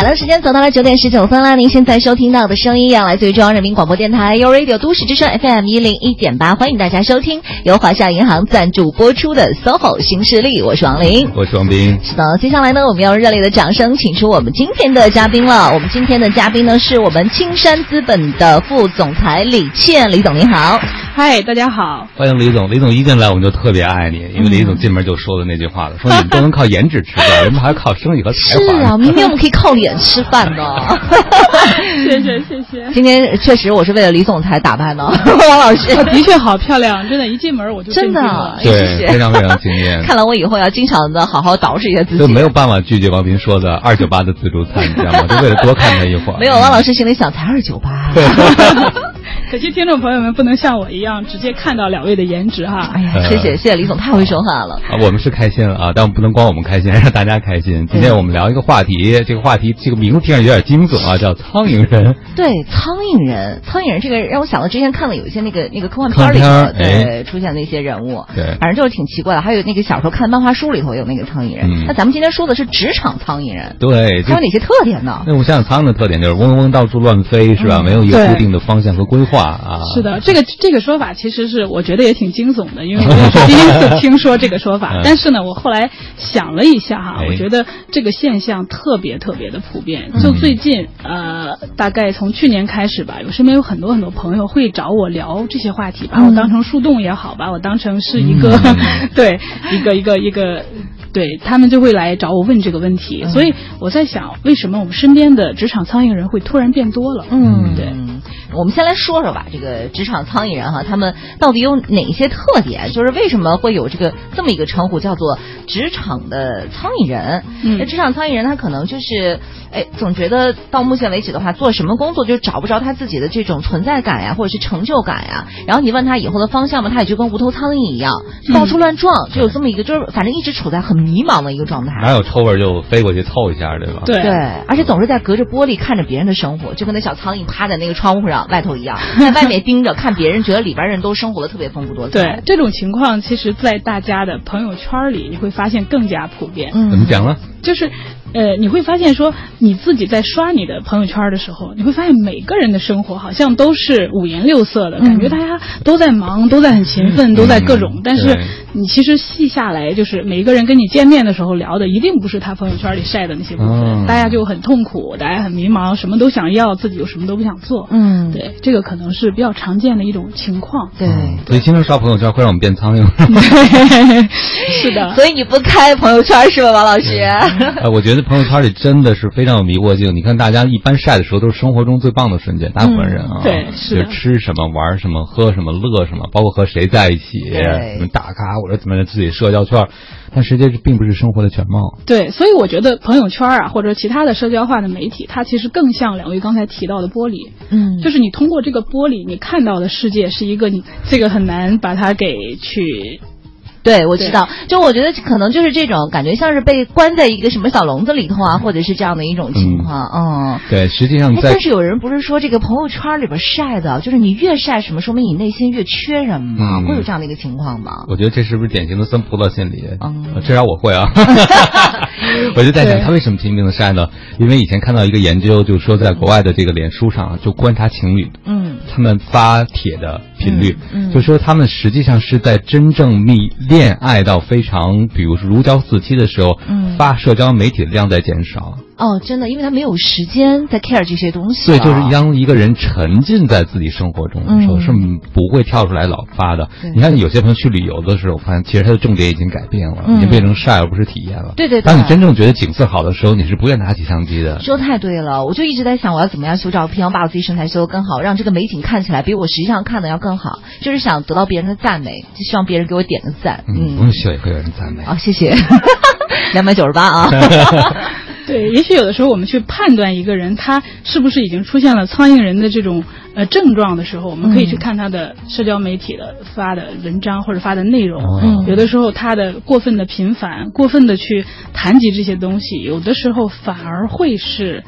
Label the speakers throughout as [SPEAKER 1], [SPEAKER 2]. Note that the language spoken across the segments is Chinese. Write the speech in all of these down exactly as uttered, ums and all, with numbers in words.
[SPEAKER 1] 的时间走到了九点十九分了，您现在收听到的声音啊，来自于中央人民广播电台 You Radio 都市之声 F M 一零一点八，欢迎大家收听由华夏银行赞助播出的 S O H O 新势力，我是王琳，
[SPEAKER 2] 我是王斌。
[SPEAKER 1] 是的，接下来呢，我们要热烈的掌声请出我们今天的嘉宾了。我们今天的嘉宾呢，是我们青山资本的副总裁李倩，李总您好。
[SPEAKER 3] 嗨，大家好，
[SPEAKER 2] 欢迎李总。李总一进来我们就特别爱你，因为李总进门就说的那句话了，说你们都能靠颜值吃饭，人们还要靠生意和才华。
[SPEAKER 1] 是啊，明明我们可以靠脸吃饭的。
[SPEAKER 3] 谢谢谢谢。
[SPEAKER 1] 今天确实我是为了李总才打扮的，王老师
[SPEAKER 3] 的确好漂亮，真的，一进门我就
[SPEAKER 1] 真的
[SPEAKER 2] 对，非常非常惊艳。
[SPEAKER 1] 看来我以后要经常的好好捯饬一下自己。
[SPEAKER 2] 就没有办法拒绝王斌说的二九八的自助餐，你知道吗？就为了多看他一会儿。
[SPEAKER 1] 没有，王老师心里想才二九八。
[SPEAKER 3] 可惜听众朋友们不能像我一样直接看到两位的颜值哈。
[SPEAKER 1] 哎呀，谢谢谢谢李总，太会说话了。
[SPEAKER 2] 啊，我们是开心了啊，但不能光我们开心，让大家开心。今天我们聊一个话题，这个话题这个名字听上有点惊悚啊，叫苍蝇人。
[SPEAKER 1] 对，苍蝇人，苍蝇人这个让我想到之前看了有一些那个那个科幻片里头对、哎、出现的一些人物，
[SPEAKER 2] 对，
[SPEAKER 1] 反正就是挺奇怪的。还有那个小时候看漫画书里头有那个苍蝇人。嗯、那咱们今天说的是职场苍蝇人，
[SPEAKER 2] 对，
[SPEAKER 1] 它有哪些特点呢？
[SPEAKER 2] 那我想想，苍蝇的特点就是嗡嗡到处乱飞，是吧？嗯、没有一个固定的方向和规划啊。
[SPEAKER 3] 是的。这个这个说法其实是我觉得也挺惊悚的，因为我也是第一次听说这个说法。但是呢，我后来想了一下哈，我觉得这个现象特别特别的普遍。就最近呃，大概从去年开始吧，我身边有很多很多朋友会找我聊这些话题，把我当成树洞也好，把我当成是一个、嗯、对一个一个一个。对，他们就会来找我问这个问题，嗯、所以我在想，为什么我们身边的职场苍蝇人会突然变多了？
[SPEAKER 1] 嗯，对。我们先来说说吧，这个职场苍蝇人哈，他们到底有哪些特点？就是为什么会有这个这么一个称呼，叫做职场的苍蝇人？嗯，那职场苍蝇人他可能就是，哎，总觉得到目前为止的话，做什么工作就找不着他自己的这种存在感呀，或者是成就感呀。然后你问他以后的方向嘛，他也就跟无头苍蝇一样，到处乱撞，就有这么一个，就是反正一直处在很迷茫的一个状态。
[SPEAKER 2] 哪有臭味就飞过去凑一下，对吧？
[SPEAKER 3] 对
[SPEAKER 1] 对，而且总是在隔着玻璃看着别人的生活，就跟那小苍蝇趴在那个窗户上外头一样，在外面盯着看别人，觉得里边人都生活的特别丰富多彩。
[SPEAKER 3] 对，这种情况其实在大家的朋友圈里你会发现更加普遍。
[SPEAKER 2] 嗯，怎么讲呢？
[SPEAKER 3] 就是呃，你会发现说你自己在刷你的朋友圈的时候，你会发现每个人的生活好像都是五颜六色的，嗯、感觉大家都在忙，都在很勤奋，嗯、都在各种。但是你其实细下来，就是每一个人跟你见面的时候聊的，一定不是他朋友圈里晒的那些部分。嗯、大家就很痛苦，大家很迷茫，什么都想要，自己又什么都不想做。嗯，对，这个可能是比较常见的一种情况。
[SPEAKER 1] 对，
[SPEAKER 2] 嗯、所以经常刷朋友圈会让我们变苍蝇。
[SPEAKER 3] 是的，
[SPEAKER 1] 所以你不开朋友圈是吧，王老师？
[SPEAKER 2] 呃，我觉得朋友圈里真的是非常有迷惑性。你看大家一般晒的时候都是生活中最棒的瞬间，大部分人啊，
[SPEAKER 3] 嗯、对，是
[SPEAKER 2] 就是吃什么、玩什么、喝什么、乐什么，包括和谁在一起，什么打卡或者怎么样自己社交圈，但实际这并不是生活的全貌。
[SPEAKER 3] 对，所以我觉得朋友圈啊，或者其他的社交化的媒体，它其实更像两位刚才提到的玻璃。嗯，就是你通过这个玻璃，你看到的世界是一个你这个很难把它给去。
[SPEAKER 1] 对，我知道，就我觉得可能就是这种感觉，像是被关在一个什么小笼子里头啊，或者是这样的一种情况。嗯，
[SPEAKER 2] 嗯对，实际上在，
[SPEAKER 1] 但是有人不是说这个朋友圈里边晒的，就是你越晒什么，说明你内心越缺什么吗？嗯、会有这样的一个情况吗？
[SPEAKER 2] 我觉得这是不是典型的酸葡萄心理？嗯，至少我会啊。我就在想，他为什么拼命的晒呢？因为以前看到一个研究，就是说在国外的这个脸书上，就观察情侣，嗯，他们发帖的频率，嗯，嗯就说他们实际上是在真正密恋爱到非常，比如说如胶似漆的时候，嗯，发社交媒体的量在减少。
[SPEAKER 1] 哦，真的，因为他没有时间在 care 这些东西。
[SPEAKER 2] 对，就是当一个人沉浸在自己生活中的时候，嗯、是不会跳出来老发的。你看，有些朋友去旅游的时候，发现其实他的重点已经改变了，嗯、已经变成晒而不是体验了。
[SPEAKER 1] 对对对。
[SPEAKER 2] 当你真正觉得景色好的时候，你是不愿拿起相机的。
[SPEAKER 1] 说太对了，我就一直在想，我要怎么样修照片，把我自己身材修得更好，让这个美景看起来比我实际上看的要更好，就是想得到别人的赞美，就希望别人给我点个赞。
[SPEAKER 2] 嗯，不用修也会有人赞美。
[SPEAKER 1] 哦，谢谢。两百九十八啊。
[SPEAKER 3] 对，也许有的时候我们去判断一个人他是不是已经出现了苍蝇人的这种呃症状的时候，我们可以去看他的社交媒体的发的文章或者发的内容。嗯，有的时候他的过分的频繁，过分的去谈及这些东西，有的时候反而会是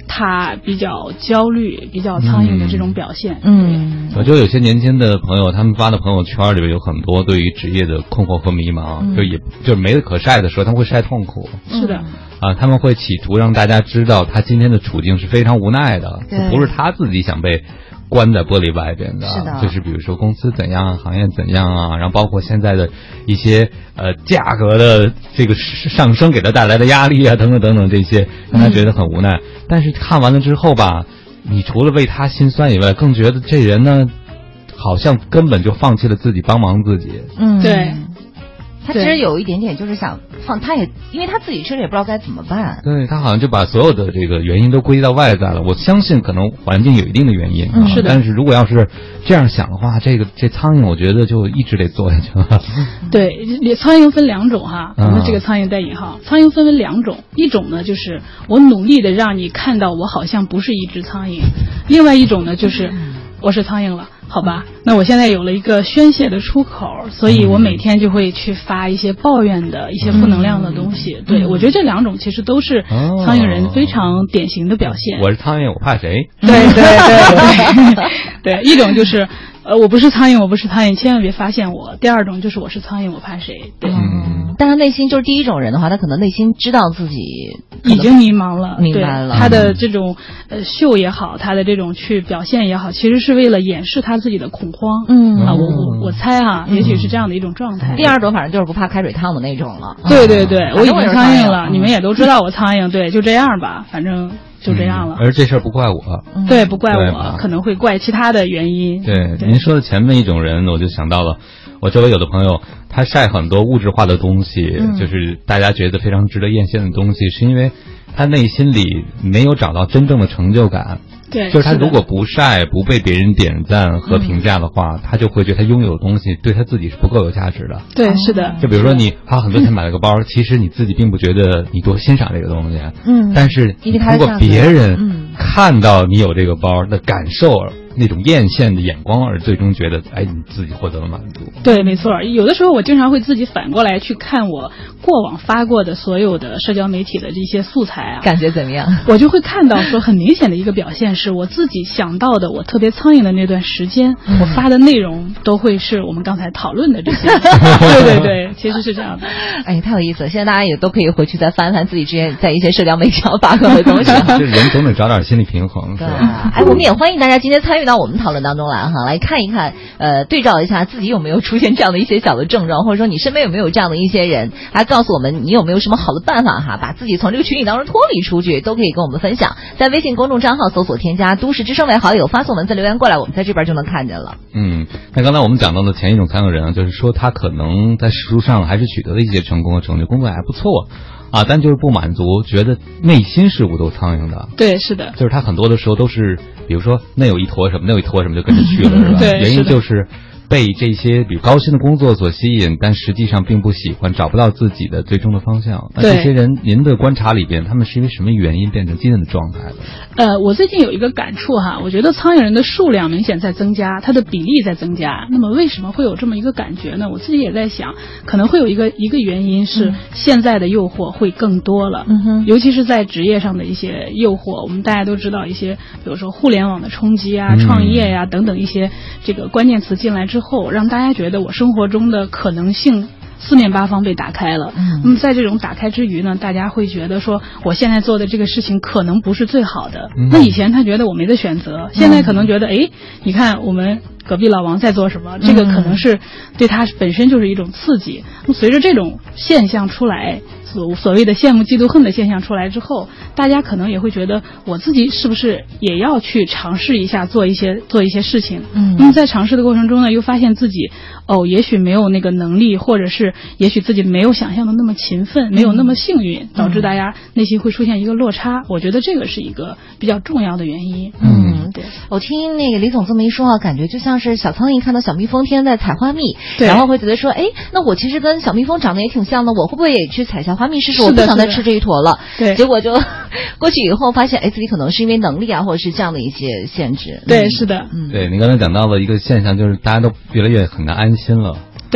[SPEAKER 3] 他比较焦虑、比较苍蝇的这种表现。
[SPEAKER 1] 嗯，
[SPEAKER 2] 我觉得有些年轻的朋友，他们发的朋友圈里边有很多对于职业的困惑和迷茫，嗯、就也就是没得可晒的时候，他们会晒痛苦。
[SPEAKER 3] 是的。
[SPEAKER 2] 啊，他们会企图让大家知道他今天的处境是非常无奈的，不是他自己想被关在玻璃外边的，
[SPEAKER 1] 是的，
[SPEAKER 2] 就是比如说公司怎样，行业怎样啊，然后包括现在的一些呃价格的这个上升给他带来的压力啊，等等等等这些，让他觉得很无奈。嗯、但是看完了之后吧，你除了为他心酸以外，更觉得这人呢，好像根本就放弃了自己帮忙自己。
[SPEAKER 3] 嗯，对。
[SPEAKER 1] 他其实有一点点就是想放，他也因为他自己其实也不知道该怎么办。
[SPEAKER 2] 对，他好像就把所有的这个原因都归到外在了。我相信可能环境有一定的原因，
[SPEAKER 3] 嗯，是的。
[SPEAKER 2] 但是如果要是这样想的话，这个这苍蝇我觉得就一直得做下去了。
[SPEAKER 3] 对，苍蝇分两种哈，我们这个苍蝇带引号，苍蝇分为两种，一种呢就是我努力的让你看到我好像不是一只苍蝇，另外一种呢就是我是苍蝇了。好吧，那我现在有了一个宣泄的出口，所以我每天就会去发一些抱怨的一些负能量的东西。嗯、对，我觉得这两种其实都是苍蝇人非常典型的表现。
[SPEAKER 2] 我是苍蝇，我怕谁？
[SPEAKER 3] 对对对对对，一种就是呃，我不是苍蝇，我不是苍蝇，千万别发现我。第二种就是我是苍蝇，我怕谁？对。
[SPEAKER 1] 嗯，但他内心就是第一种人的话，他可能内心知道自己
[SPEAKER 3] 已经迷茫了，
[SPEAKER 1] 明白了。
[SPEAKER 3] 他的这种呃秀也好，他的这种去表现也好，其实是为了掩饰他自己的恐慌。嗯啊，我我我猜哈、啊，嗯、也许是这样的一种状态。
[SPEAKER 1] 第二种反正就是不怕开水烫的那种了。
[SPEAKER 3] 对对对，我已经苍蝇了，嗯、你们也都知道我苍蝇，对，就这样吧，反正。就这样了，
[SPEAKER 2] 嗯、而这事儿不怪我，
[SPEAKER 3] 对，不怪我，可能会怪其他的原因。
[SPEAKER 2] 对，对您说的前面一种人，我就想到了，我周围有的朋友，他晒很多物质化的东西，嗯、就是大家觉得非常值得艳羡的东西，是因为他内心里没有找到真正的成就感。
[SPEAKER 3] 对，
[SPEAKER 2] 就是他如果不晒，不被别人点赞和评价的话，嗯、他就会觉得他拥有的东西对他自己是不够有价值的。
[SPEAKER 3] 对，是的。
[SPEAKER 2] 就比如说你花很多钱买了个包，其实你自己并不觉得你多欣赏这个东西。嗯。但是如果别人看到你有这个包的感受，那种艳羡的眼光，而最终觉得，哎，你自己获得了满足。
[SPEAKER 3] 对，没错。有的时候我经常会自己反过来去看我过往发过的所有的社交媒体的这些素材啊，
[SPEAKER 1] 感觉怎么样？
[SPEAKER 3] 我就会看到说，很明显的一个表现是我自己想到的，我特别苍蝇的那段时间，嗯、我发的内容都会是我们刚才讨论的这些。对对对，其实是这样的。
[SPEAKER 1] 哎，太有意思了！现在大家也都可以回去再翻翻自己之前在一些社交媒体上发过的东西。
[SPEAKER 2] 这人总得找点心理平衡，是吧？
[SPEAKER 1] 哎，我们也欢迎大家今天参与到我们讨论当中来哈，来看一看，呃，对照一下自己有没有出现这样的一些小的症状，或者说你身边有没有这样的一些人，还告诉我们你有没有什么好的办法哈，把自己从这个群体当中脱离出去，都可以跟我们分享。在微信公众账号搜索添加都市之声为好友，发送文字留言过来，我们在这边就能看见了。
[SPEAKER 2] 嗯，那刚才我们讲到的前一种苍蝇人，就是说他可能在事实上还是取得了一些成功和成就，工作还不错。啊，但就是不满足，觉得内心是无头苍蝇的。
[SPEAKER 3] 对，是的，
[SPEAKER 2] 就是他很多的时候都是，比如说那有一坨什么，那有一坨什么就跟着去了，是吧？
[SPEAKER 3] 对，
[SPEAKER 2] 原因就是被这些比如高薪的工作所吸引，但实际上并不喜欢，找不到自己的最终的方向。那这些人，您的观察里边，他们是因为什么原因变成今天的状态的？
[SPEAKER 3] 呃，我最近有一个感触哈，我觉得苍蝇人的数量明显在增加，它的比例在增加。那么为什么会有这么一个感觉呢？我自己也在想，可能会有一个一个原因是现在的诱惑会更多了，嗯哼，尤其是在职业上的一些诱惑。我们大家都知道一些，比如说互联网的冲击啊、创业呀、啊、等等一些这个关键词进来之后，让大家觉得我生活中的可能性四面八方被打开了。嗯，那么在这种打开之余呢，大家会觉得说我现在做的这个事情可能不是最好的。嗯、那以前他觉得我没得选择，现在可能觉得，哎，你看我们隔壁老王在做什么，这个可能是对他本身就是一种刺激。那么随着这种现象出来，所所谓的羡慕嫉妒恨的现象出来之后，大家可能也会觉得我自己是不是也要去尝试一下做一些做一些事情。嗯，那么在尝试的过程中呢，又发现自己哦，也许没有那个能力，或者是也许自己没有想象的那么勤奋，没有那么幸运，嗯、导致大家内心会出现一个落差。我觉得这个是一个比较重要的原因。
[SPEAKER 1] 嗯，对，我听那个李总这么一说啊，感觉就像是小苍蝇看到小蜜蜂天天在采花蜜，然后会觉得说，哎，那我其实跟小蜜蜂长得也挺像的，我会不会也去采下花蜜试试？我不想再吃这一坨了。
[SPEAKER 3] 对，
[SPEAKER 1] 结果就过去以后发现，哎，自己可能是因为能力啊，或者是这样的一些限制。
[SPEAKER 3] 对，嗯、是的，
[SPEAKER 2] 嗯，对，你刚才讲到了一个现象，就是大家都越来越很难安心了。
[SPEAKER 3] 对。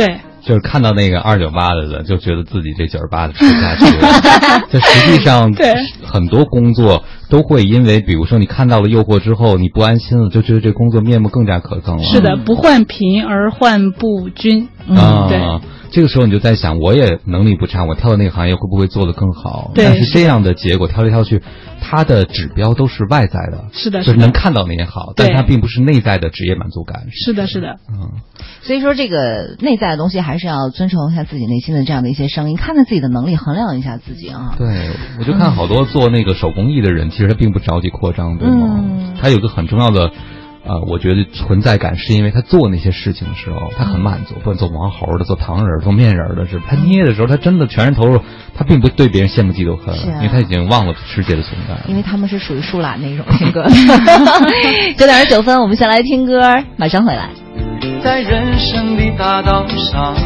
[SPEAKER 2] 就是看到那个二九八的人，就觉得自己这九十八的吃不下去了。这实际上，很多工作都会因为，比如说你看到了诱惑之后，你不安心了，就觉得这工作面目更加可憎了。
[SPEAKER 3] 是的，不患贫而患不均。
[SPEAKER 2] 嗯，啊、对。这个时候你就在想，我也能力不差，我跳到那个行业会不会做得更好？
[SPEAKER 3] 对。
[SPEAKER 2] 但是这样的结果跳来跳去，它的指标都是外在的，
[SPEAKER 3] 是的，
[SPEAKER 2] 就是能看到那也好，但它并不是内在的职业满足感。
[SPEAKER 3] 是的，是的，
[SPEAKER 1] 嗯。所以说，这个内在的东西还是要遵从一下自己内心的这样的一些声音，看看自己的能力，衡量一下自己啊。
[SPEAKER 2] 对，我就看好多做那个手工艺的人，嗯、其实他并不着急扩张，对吗？嗯、他有个很重要的。呃，我觉得存在感是因为他做那些事情的时候，他很满足。不管做王猴的、做糖人、做面人的，是他捏的时候，他真的全身投入，他并不对别人羡慕嫉妒恨，啊、因为他已经忘了世界的存在。
[SPEAKER 1] 因为他们是属于树懒那种性格。九点二十九分，我们先来听歌，马上回来。
[SPEAKER 4] 在人生的大道上，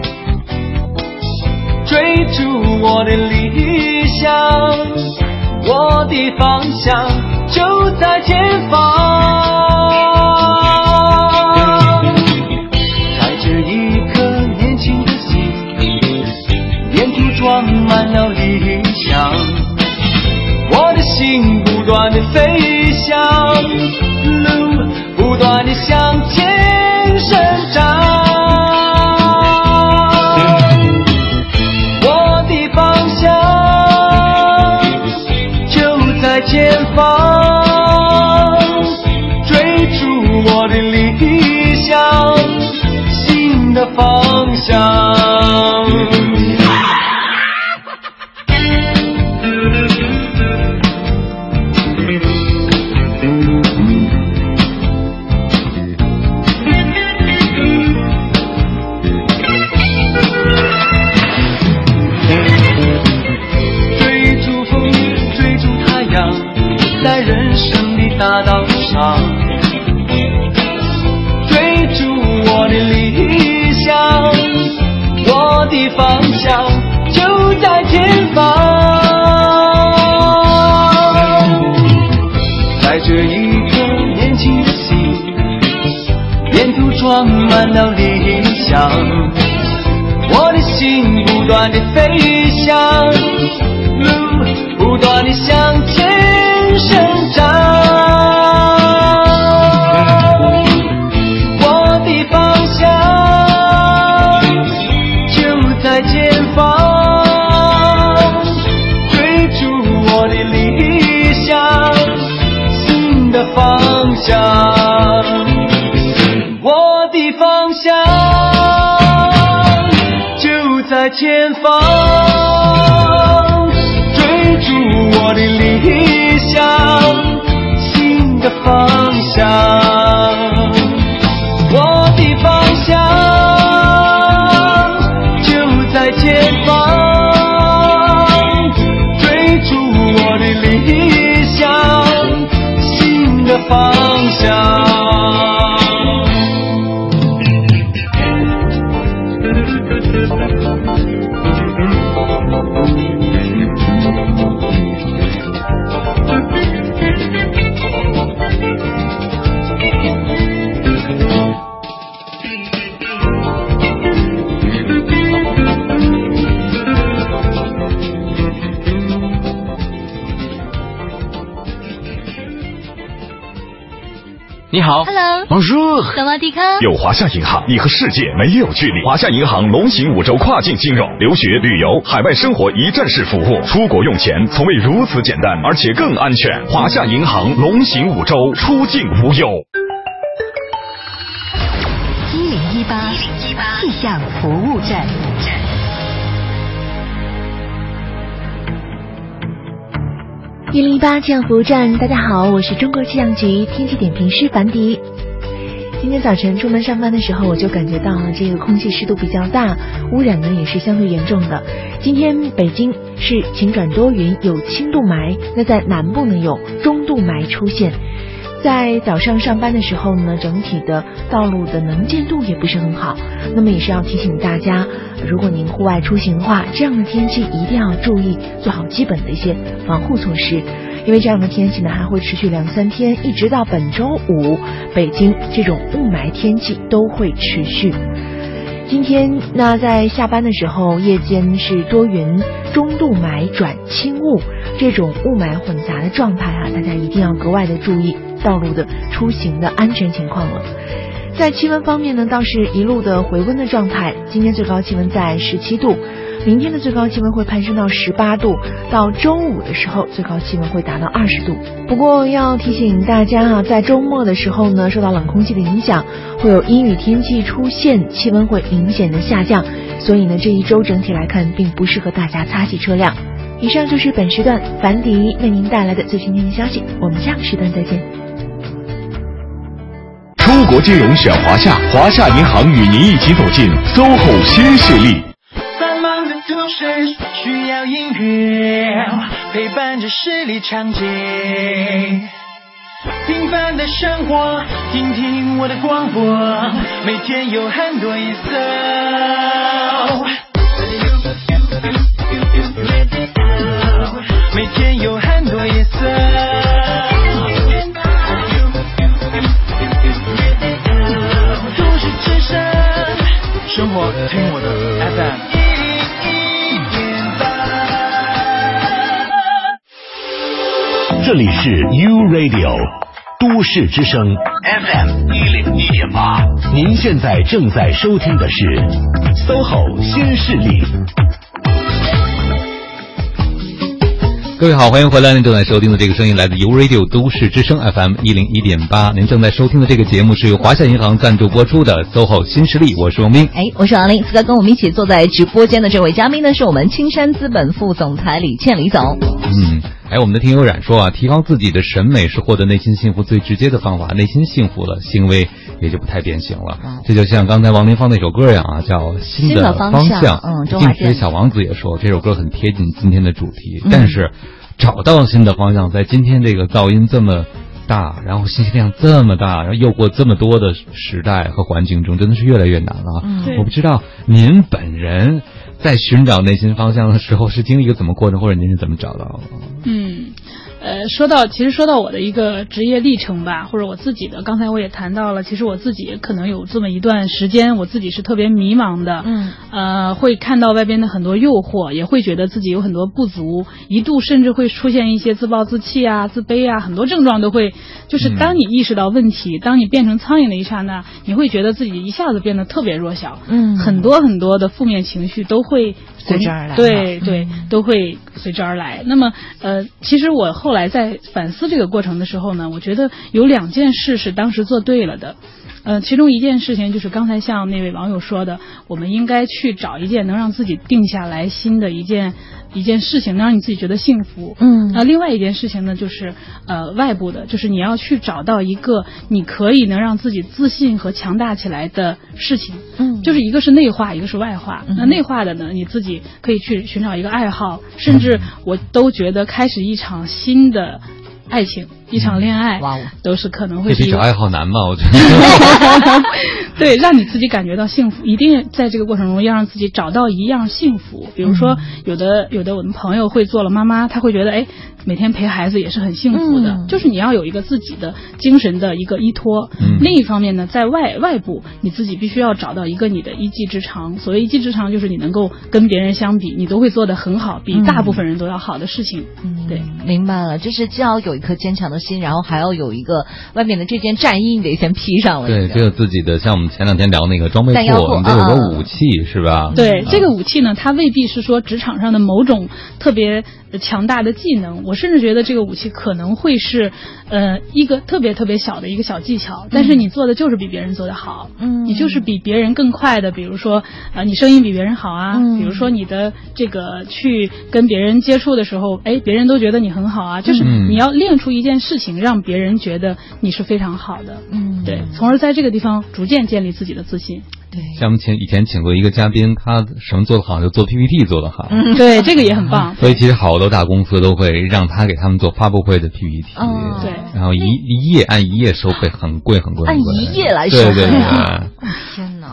[SPEAKER 4] 追逐我的理想，我的方向就在前方。在这一颗年轻的心，沿途装满了理想，我的心不断地飞翔，路不断地向前生长，我的方向就在前方，追逐我的理想，新的方向。在人生的大道上，追逐我的理想，我的方向就在前方。在这一颗年轻的心，沿途装满了理想，我的心不断地飞翔，路不断地向前生长，我的方向就在前方，追逐我的理想，新的方向，我的方向就在前方，追逐我的理想，新的方向，我的方向就在前方，追逐我的理想，新的方向。
[SPEAKER 5] 你好
[SPEAKER 1] ，Hello，
[SPEAKER 5] Bonjour，
[SPEAKER 1] 萨瓦迪卡。
[SPEAKER 5] 有华夏银行，你和世界没有距离。华夏银行龙行五洲跨境金融，留学、旅游、海外生活一站式服务，出国用钱从未如此简单，而且更安全。华夏银行龙行五洲，出境无忧。
[SPEAKER 6] 一零一八气象服务站。一零一八气象服务站，大家好，我是中国气象局天气点评师樊迪。今天早晨出门上班的时候，我就感觉到这个空气湿度比较大，污染呢也是相对严重的。今天北京是晴转多云，有轻度霾，那在南部呢有中度霾出现。在早上上班的时候呢，整体的道路的能见度也不是很好，那么也是要提醒大家，如果您户外出行的话，这样的天气一定要注意做好基本的一些防护措施，因为这样的天气呢还会持续两三天，一直到本周五，北京这种雾霾天气都会持续。 今天那在下班的时候，夜间是多云中度霾转轻雾，这种雾霾混杂的状态啊，大家一定要格外的注意道路的出行的安全情况了。在气温方面呢，倒是一路的回温的状态，今天最高气温在十七度，明天的最高气温会攀升到十八度，到周五的时候最高气温会达到二十度。不过要提醒大家啊，在周末的时候呢，受到冷空气的影响，会有阴雨天气出现，气温会明显的下降，所以呢这一周整体来看并不适合大家擦洗车辆。以上就是本时段樊迪为您带来的最新天气消息，我们下个时段再见。
[SPEAKER 5] 出国金融选华夏，华夏银行与您一起走进 S O H O 新势力。
[SPEAKER 4] 繁忙的都市需要音乐陪伴着十里长街，平凡的生活听听我的广播，每天有很多颜色，每天有很多颜色，都市之声，生活听我的 F M。
[SPEAKER 7] 这里是 U Radio 都市之声 F M 一零一点八，您现在正在收听的是 S O H O 新势力。
[SPEAKER 2] 各位好，欢迎回来，您正在收听的这个声音来自 U Radio 都市之声 F M 一零一点八，您正在收听的这个节目是由华夏银行赞助播出的 S O H O 新势力，我是王斌。
[SPEAKER 1] 哎，我是王林。此刻跟我们一起坐在直播间的这位嘉宾呢，是我们青山资本副总裁李倩李总。
[SPEAKER 2] 嗯，哎，我们的听友冉说啊，提高自己的审美是获得内心幸福最直接的方法，内心幸福了，行为也就不太变形了。嗯、这就像刚才王林放那首歌一样啊，叫《新的方向》。
[SPEAKER 1] 嗯，
[SPEAKER 2] 周华健小王子也说这首歌很贴近今天的主题，嗯、但是找到新的方向，在今天这个噪音这么大，然后信息量这么大，然后又过这么多的时代和环境中，真的是越来越难了。
[SPEAKER 1] 嗯，
[SPEAKER 2] 我不知道您本人在寻找内心方向的时候是经历一个怎么过程，或者您是怎么找到的？
[SPEAKER 3] 嗯。呃，说到其实说到我的一个职业历程吧，或者我自己的，刚才我也谈到了，其实我自己可能有这么一段时间，我自己是特别迷茫的，嗯，呃，会看到外边的很多诱惑，也会觉得自己有很多不足，一度甚至会出现一些自暴自弃啊、自卑啊，很多症状都会，就是当你意识到问题，嗯、当你变成苍蝇的一刹那，你会觉得自己一下子变得特别弱小，嗯，很多很多的负面情绪都会
[SPEAKER 1] 随之而来，
[SPEAKER 3] 对对，嗯、都会随之而来。那么，呃，其实我后来在反思这个过程的时候呢，我觉得有两件事是当时做对了的。呃，其中一件事情就是刚才像那位网友说的，我们应该去找一件能让自己定下来心的一件一件事情，能让你自己觉得幸福。嗯，那另外一件事情呢，就是呃外部的，就是你要去找到一个你可以能让自己自信和强大起来的事情。嗯，就是一个是内化，一个是外化。嗯、那内化的呢，你自己可以去寻找一个爱好，甚至我都觉得开始一场新的爱情，一场恋爱，嗯、都是可能会是
[SPEAKER 2] 这比找爱好难吧？我觉得，
[SPEAKER 3] 对，让你自己感觉到幸福，一定在这个过程中要让自己找到一样幸福。比如说，有的有的我们朋友会做了妈妈，他会觉得，哎，每天陪孩子也是很幸福的。嗯、就是你要有一个自己的精神的一个依托。嗯、另一方面呢，在外外部，你自己必须要找到一个你的一技之长。所谓一技之长，就是你能够跟别人相比，你都会做得很好，比大部分人都要好的事情。嗯，对，
[SPEAKER 1] 明白了，就是既要有一颗坚强的心，然后还要有一个外面的这件战衣，你得先披上了。
[SPEAKER 2] 对，只有自己的，像我们前两天聊那个装备库，你得有个武器，啊、是吧？
[SPEAKER 3] 对，嗯、这个武器呢，它未必是说职场上的某种特别强大的技能，我甚至觉得这个武器可能会是呃一个特别特别小的一个小技巧，但是你做的就是比别人做得好，嗯，你就是比别人更快的，比如说呃你声音比别人好啊，嗯、比如说你的这个去跟别人接触的时候，哎，别人都觉得你很好啊，就是你要练出一件事情，让别人觉得你是非常好的，嗯，对，从而在这个地方逐渐建立自己的自信。
[SPEAKER 1] 对，
[SPEAKER 2] 像我们前以前请过一个嘉宾，他什么做得好就做 P P T 做得好，
[SPEAKER 3] 嗯，对，这个也很棒。
[SPEAKER 2] 所以其实好多大公司都会让他给他们做发布会的 P P T，
[SPEAKER 3] 哦，对，
[SPEAKER 2] 然后一一页按一页收费，很贵很贵，
[SPEAKER 1] 按一页来收
[SPEAKER 2] 费，对对对。
[SPEAKER 1] 天哪！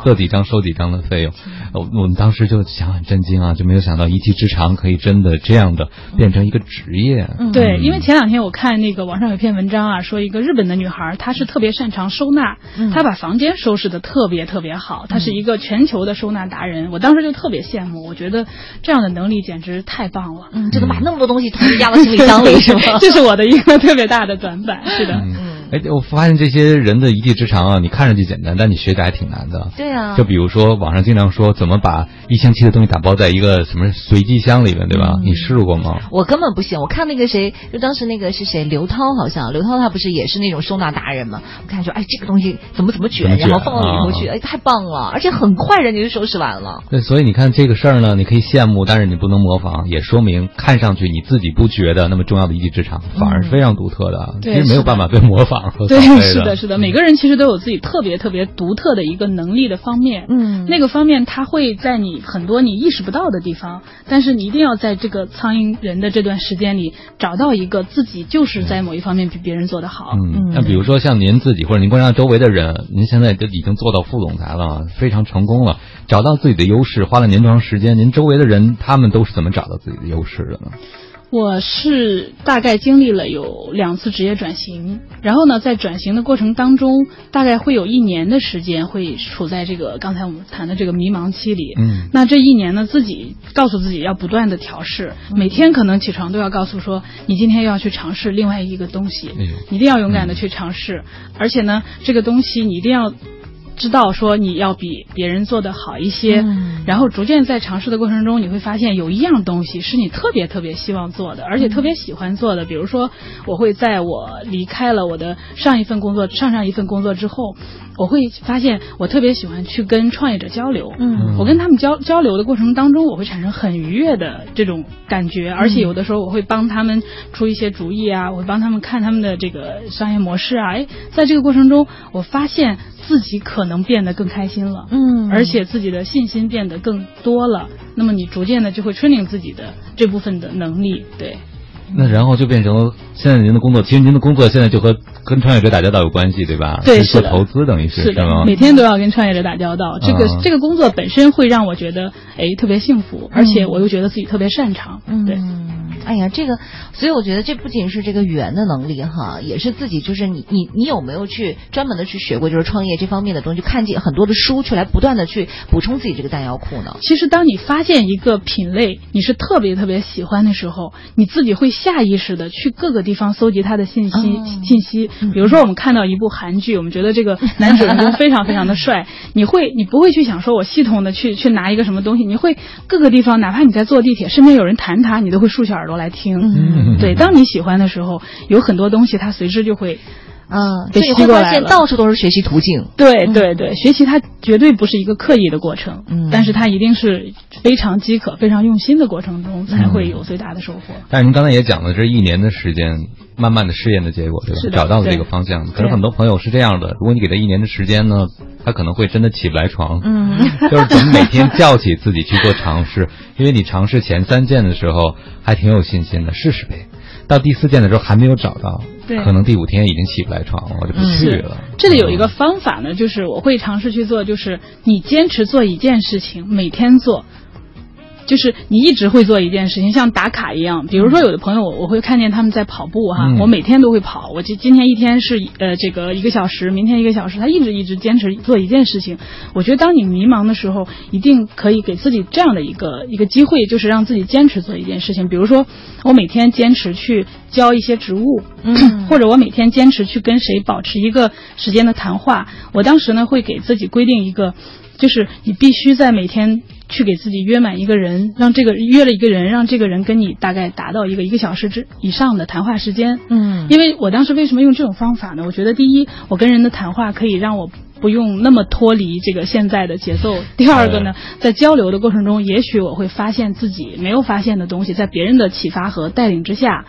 [SPEAKER 2] 得几张收几张的费用。我我们当时就想很震惊啊，就没有想到一技之长可以真的这样的变成一个职业。
[SPEAKER 3] 嗯、对，因为前两天我看那个网上有篇文章啊，说一个日本的女孩，她是特别擅长收纳，嗯、她把房间收拾的特别特别好，她是一个全球的收纳达人。我当时就特别羡慕，我觉得这样的能力简直太棒了。
[SPEAKER 1] 嗯，就能把那么多东西同时压到行李箱里，是吗？
[SPEAKER 3] 这是我的一个特别大的短板。是的。
[SPEAKER 2] 嗯哎，我发现这些人的一技之长啊，你看上去简单，但你学起来还挺难的。
[SPEAKER 1] 对啊，
[SPEAKER 2] 就比如说网上经常说怎么把一箱期的东西打包在一个什么随机箱里面，对吧？嗯、你试过吗？
[SPEAKER 1] 我根本不行。我看那个谁，就当时那个是谁，刘涛好像，刘涛他不是也是那种收纳达人嘛？我看说，哎，这个东西怎么怎么卷，
[SPEAKER 2] 怎么卷
[SPEAKER 1] 然后放到里头去，啊、哎，太棒了，而且很快人家就收拾完了。
[SPEAKER 2] 对，所以你看这个事儿呢，你可以羡慕，但是你不能模仿，也说明看上去你自己不觉得那么重要的一技之长，反而是非常独特的，嗯、其实没有办法被模仿和
[SPEAKER 3] 对。是的，是的，每个人其实都有自己特别特别独特的一个能力的方面，嗯，那个方面它会在你很多你意识不到的地方，但是你一定要在这个苍蝇人的这段时间里找到一个自己就是在某一方面比别人做得好。
[SPEAKER 2] 嗯，那比如说像您自己或者您观察周围的人，您现在就已经做到副总裁了，非常成功了，找到自己的优势，花了您多长时间？您周围的人他们都是怎么找到自己的优势的呢？
[SPEAKER 3] 我是大概经历了有两次职业转型，然后呢，在转型的过程当中，大概会有一年的时间会处在这个刚才我们谈的这个迷茫期里。嗯，那这一年呢，自己告诉自己要不断的调试，每天可能起床都要告诉说，你今天要去尝试另外一个东西，嗯、你一定要勇敢的去尝试，嗯、而且呢，这个东西你一定要知道说你要比别人做得好一些，嗯、然后逐渐在尝试的过程中，你会发现有一样东西是你特别特别希望做的，而且特别喜欢做的。比如说，我会在我离开了我的上一份工作、上上一份工作之后，我会发现我特别喜欢去跟创业者交流。嗯，我跟他们交交流的过程当中，我会产生很愉悦的这种感觉，而且有的时候我会帮他们出一些主意啊，我会帮他们看他们的这个商业模式啊。哎，在这个过程中，我发现自己可能变得更开心了，嗯，而且自己的信心变得更多了。那么你逐渐的就会 training 自己的这部分的能力，对。
[SPEAKER 2] 那然后就变成了现在您的工作，其实您的工作现在就和跟创业者打交道有关系，对吧？
[SPEAKER 3] 对，
[SPEAKER 2] 是做投资等于是
[SPEAKER 3] 是的，
[SPEAKER 2] 吗？
[SPEAKER 3] 每天都要跟创业者打交道，这个、嗯、这个工作本身会让我觉得哎特别幸福，而且我又觉得自己特别擅长，嗯，对。
[SPEAKER 1] 哎呀，这个，所以我觉得这不仅是这个语言的能力哈，也是自己就是你你你有没有去专门的去学过就是创业这方面的东西，看见很多的书去来不断的去补充自己这个弹药库呢？
[SPEAKER 3] 其实当你发现一个品类你是特别特别喜欢的时候，你自己会下意识的去各个地方搜集它的信息、哦、信息。比如说我们看到一部韩剧，我们觉得这个男主人公非常非常的帅，你会你不会去想说我系统的去去拿一个什么东西，你会各个地方，哪怕你在坐地铁，身边有人谈他，你都会竖起耳朵来听。嗯，对，当你喜欢的时候，有很多东西它随之就会
[SPEAKER 1] 嗯，
[SPEAKER 3] 被吸过来了。所以会发
[SPEAKER 1] 现到处都是学习途径。
[SPEAKER 3] 对对对，学习它绝对不是一个刻意的过程，嗯，但是它一定是非常饥渴、非常用心的过程中才会有最大的收获。
[SPEAKER 2] 嗯、但是您刚才也讲了，这一年的时间，慢慢的试验的结果，对吧？找到了这个方向。可是很多朋友是这样的，如果你给他一年的时间呢，他可能会真的起不来床。嗯，就是怎么每天叫起自己去做尝试，因为你尝试前三件的时候还挺有信心的，试试呗。到第四件的时候还没有找到，可能第五天已经起不来床了，我就不去了。
[SPEAKER 3] 这里有一个方法呢，就是我会尝试去做，就是你坚持做一件事情，每天做。就是你一直会做一件事情，像打卡一样。比如说有的朋友我我会看见他们在跑步哈，嗯、我每天都会跑，我今今天一天是呃这个一个小时，明天一个小时，他一直一直坚持做一件事情。我觉得当你迷茫的时候，一定可以给自己这样的一个一个机会，就是让自己坚持做一件事情。比如说我每天坚持去浇一些植物，嗯，或者我每天坚持去跟谁保持一个时间的谈话。我当时呢会给自己规定一个，就是你必须在每天去给自己约满一个人，让这个约了一个人，让这个人跟你大概达到一个一个小时之以上的谈话时间。嗯，因为我当时为什么用这种方法呢？我觉得第一，我跟人的谈话可以让我不用那么脱离这个现在的节奏。第二个呢，在交流的过程中，也许我会发现自己没有发现的东西，在别人的启发和带领之下，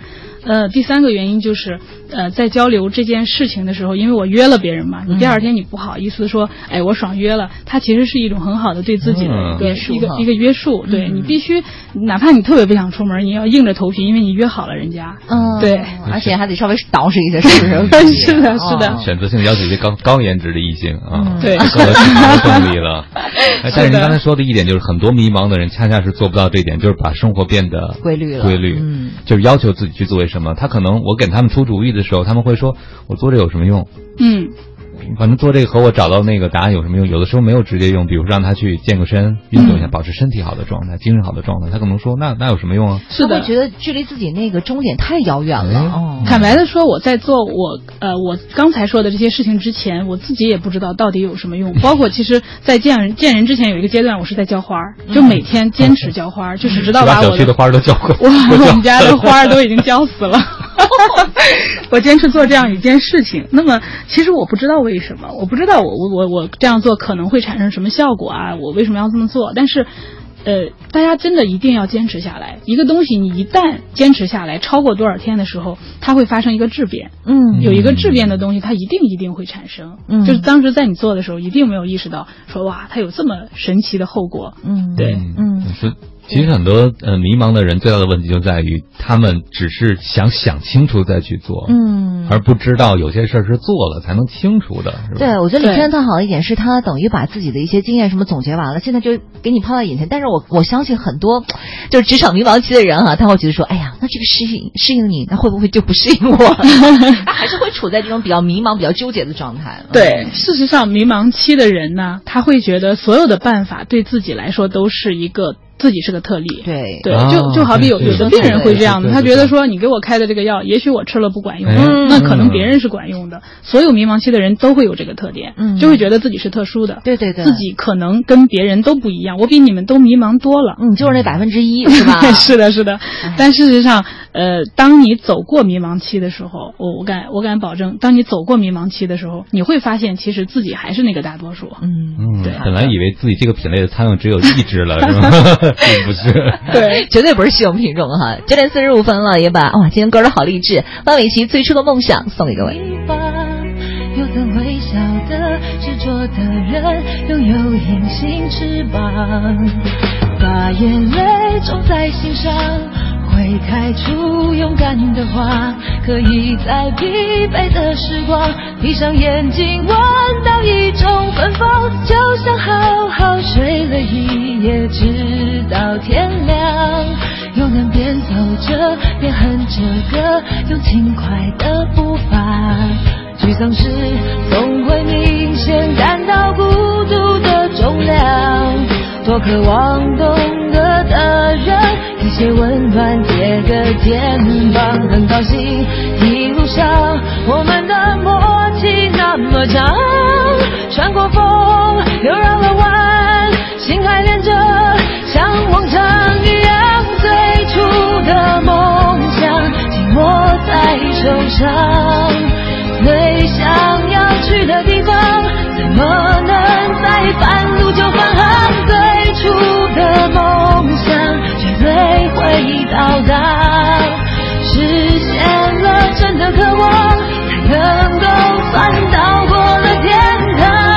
[SPEAKER 3] 呃，第三个原因就是，呃，在交流这件事情的时候，因为我约了别人嘛，你第二天你不好意思说，哎，我爽约了，它其实是一种很好的对自己的一个、嗯、一个一个约束。对、嗯、你必须，哪怕你特别不想出门，你要硬着头皮，因为你约好了人家。嗯，对，
[SPEAKER 1] 而且还得稍微捯饬一下，是不
[SPEAKER 3] 是？是的，是的。
[SPEAKER 2] 选择性要求一些高高颜值的异性啊，
[SPEAKER 3] 嗯、对，
[SPEAKER 2] 更有动力了。但是您刚才说的一点就是，很多迷茫的人恰恰是做不到这一点，就是把生活变得
[SPEAKER 1] 规律了。
[SPEAKER 2] 规律，嗯，就是要求自己去做什么。他可能我给他们出主意的时候，他们会说：“我做这有什么用？”
[SPEAKER 3] 嗯。
[SPEAKER 2] 反正做这个和我找到那个答案有什么用？有的时候没有直接用，比如说让他去健个身，运动一下，保持身体好的状态，精神好的状态，他可能说那那有什么用啊？
[SPEAKER 3] 是的，
[SPEAKER 1] 会觉得距离自己那个终点太遥远了。哦，
[SPEAKER 3] 坦白的说，我在做我呃我刚才说的这些事情之前，我自己也不知道到底有什么用。包括其实，在见人见人之前有一个阶段，我是在浇花，就每天坚持浇花，就是直到把我的
[SPEAKER 2] 小区的花都浇过，
[SPEAKER 3] 我我们家的花都已经浇死了。我坚持做这样一件事情，那么其实我不知道为什么，我不知道我我我我这样做可能会产生什么效果啊？我为什么要这么做？但是，呃，大家真的一定要坚持下来。一个东西你一旦坚持下来，超过多少天的时候，它会发生一个质变。嗯，有一个质变的东西，它一定一定会产生。嗯，就是当时在你做的时候，一定没有意识到说哇，它有这么神奇的后果。嗯，对，
[SPEAKER 2] 嗯。是其实很多呃迷茫的人最大的问题就在于他们只是想想清楚再去做，嗯，而不知道有些事儿是做了才能清楚的，是吧？
[SPEAKER 1] 对，我觉得李天特好的一点是他等于把自己的一些经验什么总结完了，现在就给你抛到眼前。但是我我相信很多就是职场迷茫期的人哈、啊，他会觉得说，哎呀，那这个适应适应你，那会不会就不适应我？他还是会处在这种比较迷茫、比较纠结的状态。
[SPEAKER 3] 对，事实上迷茫期的人呢，他会觉得所有的办法对自己来说都是一个。自己是个特例，
[SPEAKER 1] 对
[SPEAKER 3] 对，就就好比有有的病人会这样的，他觉得说你给我开的这个药，也许我吃了不管用，嗯、那可能别人是管用的。所有迷茫期的人都会有这个特点，嗯，就会觉得自己是特殊的，
[SPEAKER 1] 对对对，
[SPEAKER 3] 自己可能跟别人都不一样，我比你们都迷茫多了，
[SPEAKER 1] 嗯，就是那百分之一，是吧？
[SPEAKER 3] 是的，是的。但事实上，呃，当你走过迷茫期的时候，我我敢我敢保证，当你走过迷茫期的时候，你会发现其实自己还是那个大多数，
[SPEAKER 2] 嗯嗯，对。本来以为自己这个品类的苍蝇只有一只了，是吗？并不是。
[SPEAKER 1] 对，绝对不是稀有品种哈。九点四十五分了，也把哇，今天歌都好励志。范玮琪最初的梦想送给各位。
[SPEAKER 8] 有曾微笑的执着的人，拥有隐形翅膀，把眼泪种在心上，会开出勇敢的花，可以在疲惫的时光闭上眼睛，闻到一种芬芳，就像好好睡了一夜，直到天亮。又能边走着边哼着歌，用轻快的步伐，沮丧时总会明显感到孤独的重量，多渴望懂得的人，一些温暖贴个肩膀，很高兴一路上我们的默契那么长，穿过风又绕了弯，心还连着像往常一样，最初的梦想紧握在手上，最想要去的地方，怎么能在半路就返航？最初的梦想绝对会到达，实现了真的渴望，才能够算到过了天堂。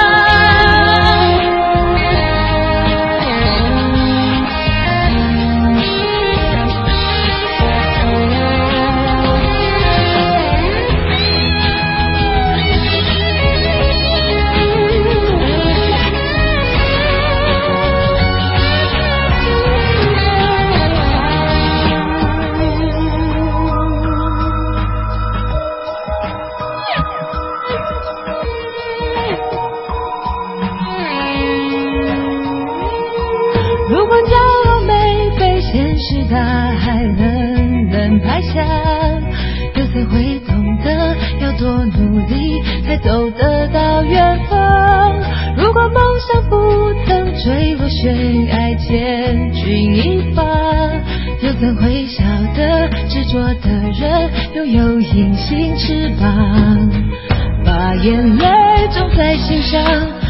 [SPEAKER 8] 如果骄傲没被现实大海冷冷拍下，又怎会懂得要多努力才走得到远方？如果梦想不曾坠落悬崖千钧一发，又怎会晓得执着的人拥有隐形翅膀，把眼泪种在心上，会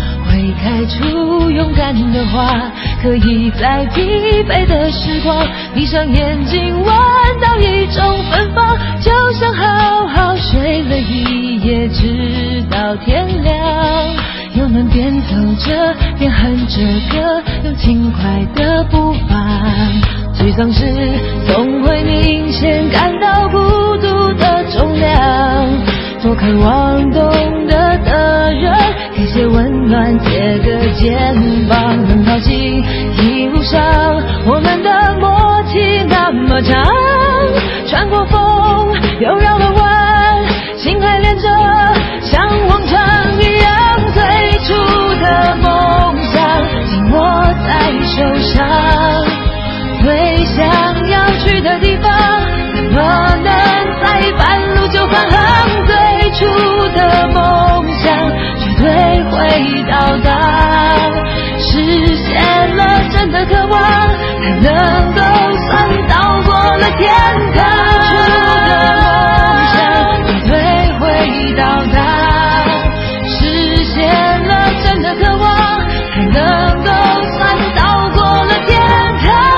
[SPEAKER 8] 会开出勇敢的花，可以在疲惫的时光闭上眼睛闻到一种芬芳，就像好好睡了一夜直到天亮。我们边走着边哼着歌，用轻快的步伐，沮丧时总会明显感到孤独的重量。多渴望懂得的人给些温暖，借个肩膀，很好奇一路上我们的默契那么长，穿过风又绕了弯，心还连着像往常一样，最初的梦想紧握在手上，最想要去的地方能不能在半路就返航，最初的梦想绝对会到达，实现了真的渴望才能够算到过了天堂，最初的梦想绝对会到达，实现了真的渴望才能够算到过了天堂。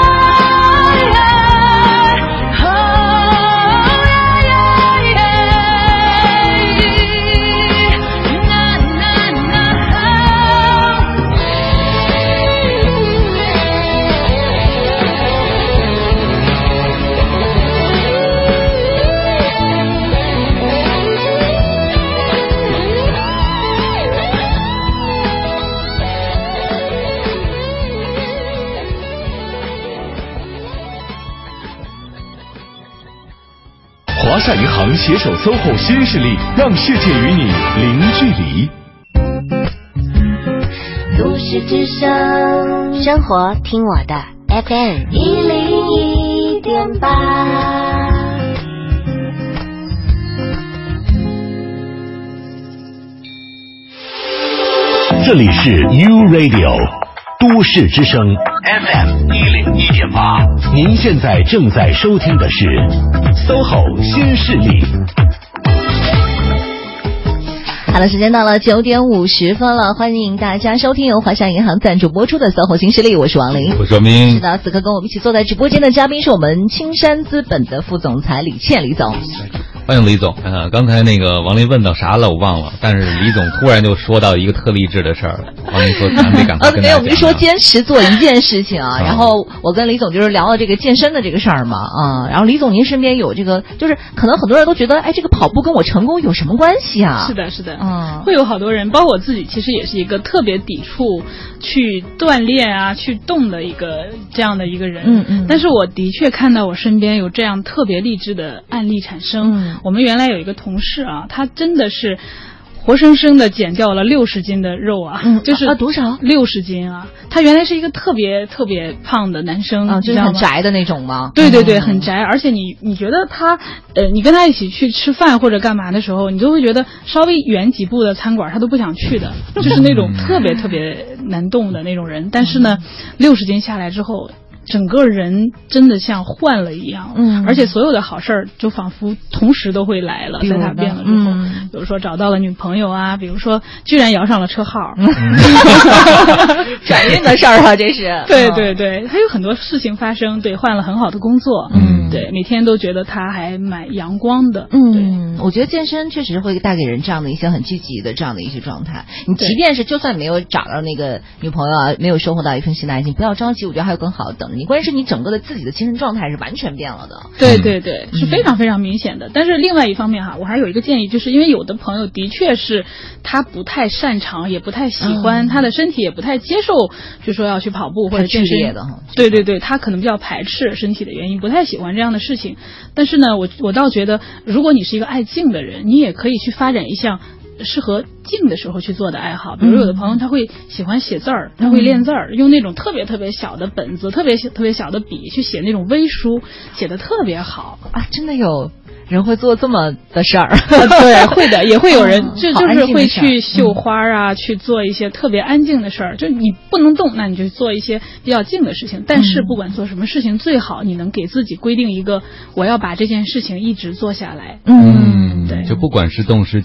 [SPEAKER 5] 华夏银行携手 S O H O 新势力，让世界与你零距离。
[SPEAKER 9] 都市之声，生活听我的 F M 一零一点八。
[SPEAKER 7] 这里是 U Radio 都市之声 F M 一零一点八，您现在正在收听的是 S O H O 新势力。
[SPEAKER 1] 好了，时间到了九点五十分了，欢迎大家收听由华夏银行赞助播出的 S O H O 新势力，我是王琳，
[SPEAKER 2] 我是王明。
[SPEAKER 1] 是的，此刻跟我们一起坐在直播间的嘉宾是我们青山资本的副总裁李倩李总。
[SPEAKER 2] 欢迎李总。啊，刚才那个王林问到啥了我忘了，但是李总突然就说到一个特励志的事儿了。王林说咱得赶快跟大家讲。
[SPEAKER 1] 呃，我们就说坚持做一件事情啊。然后我跟李总就是聊了这个健身的这个事儿嘛，啊，然后李总您身边有这个，就是可能很多人都觉得，哎，这个跑步跟我成功有什么关系啊？
[SPEAKER 3] 是的，是的，
[SPEAKER 1] 嗯，
[SPEAKER 3] 会有好多人，包括我自己，其实也是一个特别抵触去锻炼啊、去动的一个这样的一个人。
[SPEAKER 1] 嗯嗯。
[SPEAKER 3] 但是我的确看到我身边有这样特别励志的案例产生。
[SPEAKER 1] 嗯。
[SPEAKER 3] 我们原来有一个同事啊，他真的是活生生的减掉了六十斤的肉啊，
[SPEAKER 1] 嗯，
[SPEAKER 3] 就是
[SPEAKER 1] 啊多少？
[SPEAKER 3] 六十斤啊！他原来是一个特别特别胖的男生，
[SPEAKER 1] 啊，就是很宅的那种吗？
[SPEAKER 3] 对对对，很宅。而且你你觉得他，呃，你跟他一起去吃饭或者干嘛的时候，你就会觉得稍微远几步的餐馆他都不想去的，就是那种特别特别难动的那种人。但是呢，六十斤下来之后，整个人真的像换了一样，
[SPEAKER 1] 嗯，
[SPEAKER 3] 而且所有的好事儿就仿佛同时都会来了，在他变了之后，
[SPEAKER 1] 嗯，
[SPEAKER 3] 比如说找到了女朋友啊，比如说居然摇上了车号，
[SPEAKER 1] 转运的事儿啊，这是，
[SPEAKER 3] 对对对，他有很多事情发生，对，换了很好的工作，
[SPEAKER 1] 嗯，
[SPEAKER 3] 对，每天都觉得他还蛮阳光的，
[SPEAKER 1] 嗯，我觉得健身确实会带给人这样的一些很积极的这样的一些状态。你即便是就算没有找到那个女朋友啊，没有收获到一份新的爱情，不要着急，我觉得还有更好的等着你。关键是你整个的自己的精神状态是完全变了的。
[SPEAKER 3] 对对对，是非常非常明显的。但是另外一方面哈，我还有一个建议，就是因为有的朋友的确是他不太擅长，也不太喜欢，嗯、他的身体也不太接受，就说要去跑步或者健身
[SPEAKER 1] 的哈。
[SPEAKER 3] 对对对，他可能比较排斥身体的原因，不太喜欢这样的事情。但是呢，我我倒觉得，如果你是一个爱静的人，你也可以去发展一项适合静的时候去做的爱好。比如有的朋友他会喜欢写字儿，他会练字儿，用那种特别特别小的本子，特别特别小的笔去写那种微书，写得特别好
[SPEAKER 1] 啊！真的有人会做这么的事儿、
[SPEAKER 3] 啊？对，会的，也会有人就就是会去绣花啊、嗯，去做一些特别安静的事儿。就你不能动，那你就做一些比较静的事情。但是不管做什么事情，最好你能给自己规定一个，我要把这件事情一直做下来。
[SPEAKER 2] 嗯，对，就不管是动是静。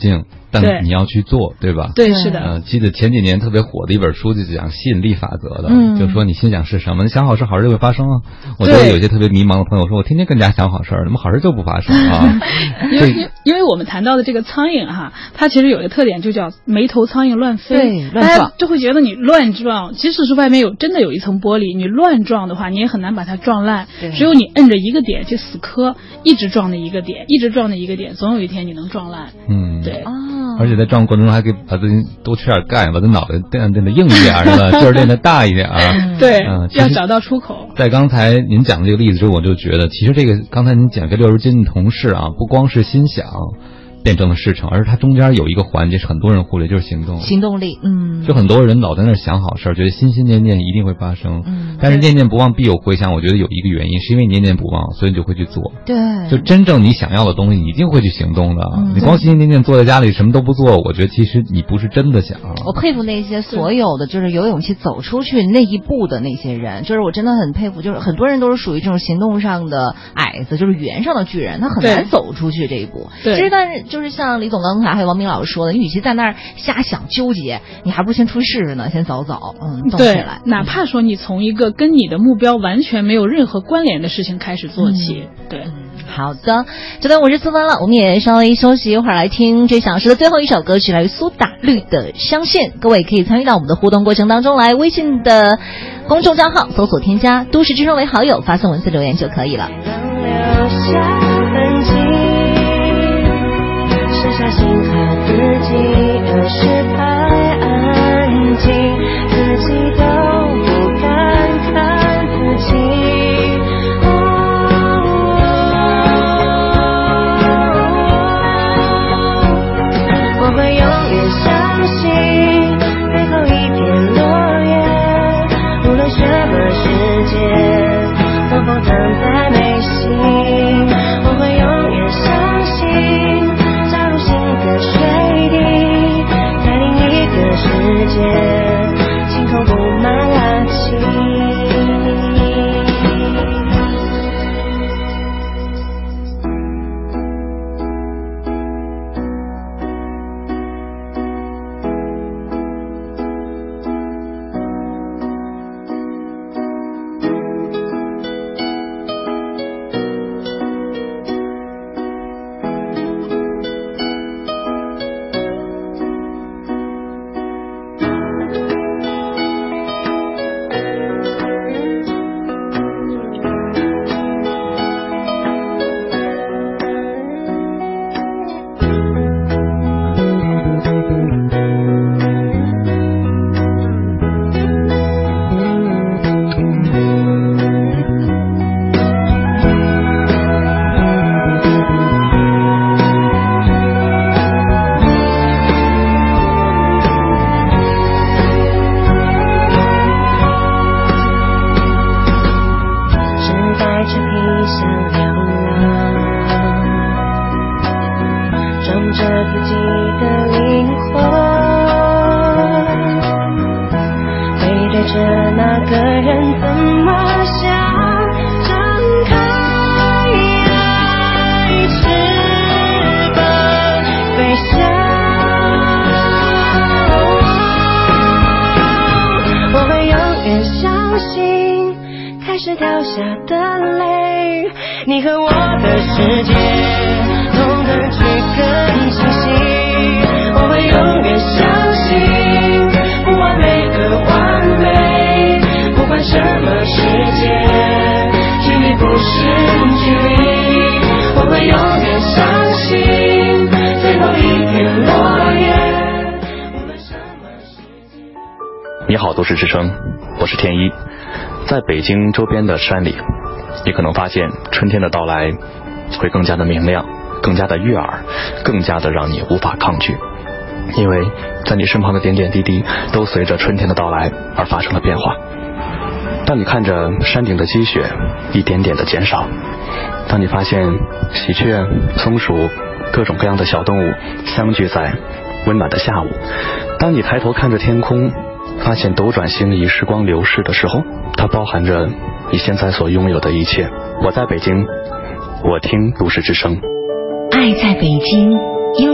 [SPEAKER 2] 但你要去做，对吧？
[SPEAKER 3] 对，是的。
[SPEAKER 2] 呃，记得前几年特别火的一本书就讲吸引力法则的，嗯，就说你心想是什么，你想好事，好事就会发生啊。我觉得有些特别迷茫的朋友说，我天天跟家想好事，怎么好事就不发生啊？
[SPEAKER 3] 因为因为我们谈到的这个苍蝇哈，它其实有一个特点，就叫没头苍蝇乱飞，
[SPEAKER 1] 对，乱撞，
[SPEAKER 3] 大家就会觉得你乱撞，即使是外面有真的有一层玻璃，你乱撞的话，你也很难把它撞烂。只有你摁着一个点去死磕，一直撞那一个点，一直撞那一个点，总有一天你能撞烂。嗯，对啊。
[SPEAKER 2] 而且在撞过程中还可以把自己多吃点钙，把自己脑袋练练得硬一点，是吧？劲儿练得大一点啊。
[SPEAKER 3] 对，嗯，要找到出口。
[SPEAKER 2] 在刚才您讲的这个例子之后，我就觉得，其实这个刚才您减肥六十斤的同事啊，不光是心想辩证的事成，而是它中间有一个环节是很多人忽略，就是行动
[SPEAKER 1] 行动力。嗯，
[SPEAKER 2] 就很多人老在那想好事，觉得心心念念一定会发生，嗯，但是念念不忘必有回响。我觉得有一个原因是因为念念不忘，所以你就会去做。
[SPEAKER 1] 对，
[SPEAKER 2] 就真正你想要的东西，你一定会去行动的。嗯，你光心心念念坐在家里什么都不做，我觉得其实你不是真的想。
[SPEAKER 1] 我佩服那些所有的就是有勇气走出去那一步的那些人，就是我真的很佩服。就是很多人都是属于这种行动上的矮子，就是语言上的巨人，他很难走出去这一步。
[SPEAKER 3] 对，
[SPEAKER 1] 其实但是就是像李总刚才还有王明老师说的，你与其在那儿瞎想纠结，你还不如先出去试试呢，先走走，嗯，动起来。
[SPEAKER 3] 哪怕说你从一个跟你的目标完全没有任何关联的事情开始做起，嗯，对。
[SPEAKER 1] 好的，这段我是思文了，我们也稍微休息一会儿，来听这小时的最后一首歌曲，来自苏打绿的《相信》。各位可以参与到我们的互动过程当中来，微信的公众账号搜索添加都市之声为好友，发送文字留言就可以了。
[SPEAKER 10] 留下痕迹，剩下心和自己，有时太安静，自己都不敢看自己。我会永远相信最后一片落叶，无论什么世界能否藏在眉心，我会永远相信加入新的水滴，在另一个世界晴空布满了晴。
[SPEAKER 11] 你好，都市之声，我是天一。在北京周边的山里，你可能发现春天的到来会更加的明亮，更加的悦耳，更加的让你无法抗拒。因为在你身旁的点点滴滴都随着春天的到来而发生了变化。当你看着山顶的积雪一点点的减少，当你发现喜鹊、松鼠各种各样的小动物相聚在温暖的下午，当你抬头看着天空，发现斗转星移，时光流逝的时候，它包含着你现在所拥有的一切。我在北京，我听都市之声。
[SPEAKER 12] 爱在北京 U Radio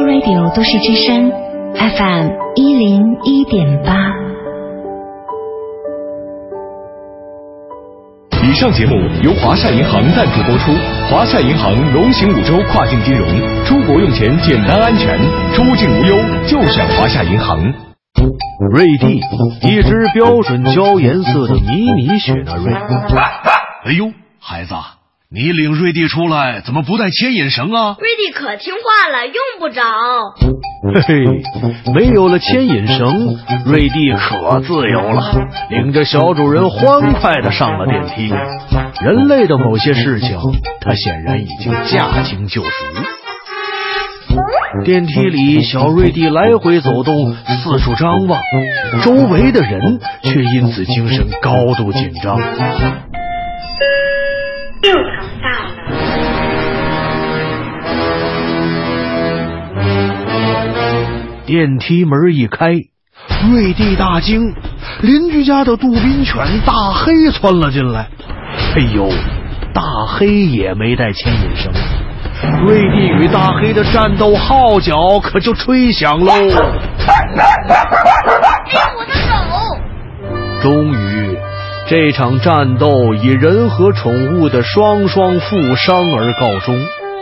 [SPEAKER 6] Radio 都市之声 F M 一零一点八。
[SPEAKER 5] 以上节目由华夏银行赞助播出。华夏银行龙行五洲跨境金融，出国用钱简单安全，出境无忧就选华夏银行。
[SPEAKER 12] 瑞蒂，一只标准焦颜色的迷你雪纳瑞。
[SPEAKER 13] 哎呦，孩子，你领瑞蒂出来怎么不带牵引绳啊？
[SPEAKER 14] 瑞蒂可听话了，用不着。
[SPEAKER 12] 嘿嘿，没有了牵引绳，瑞蒂可自由了，领着小主人欢快地上了电梯。人类的某些事情，他显然已经驾轻就熟。电梯里，小瑞蒂来回走动，四处张望，周围的人却因此精神高度紧张。
[SPEAKER 14] 六层到了。
[SPEAKER 12] 电梯门一开，瑞蒂大惊，邻居家的杜宾犬大黑窜了进来。哎呦，大黑也没带牵引绳，瑞蒂与大黑的战斗号角可就吹响喽！
[SPEAKER 14] 哎，我的手！
[SPEAKER 12] 终于，这场战斗以人和宠物的双双负伤而告终。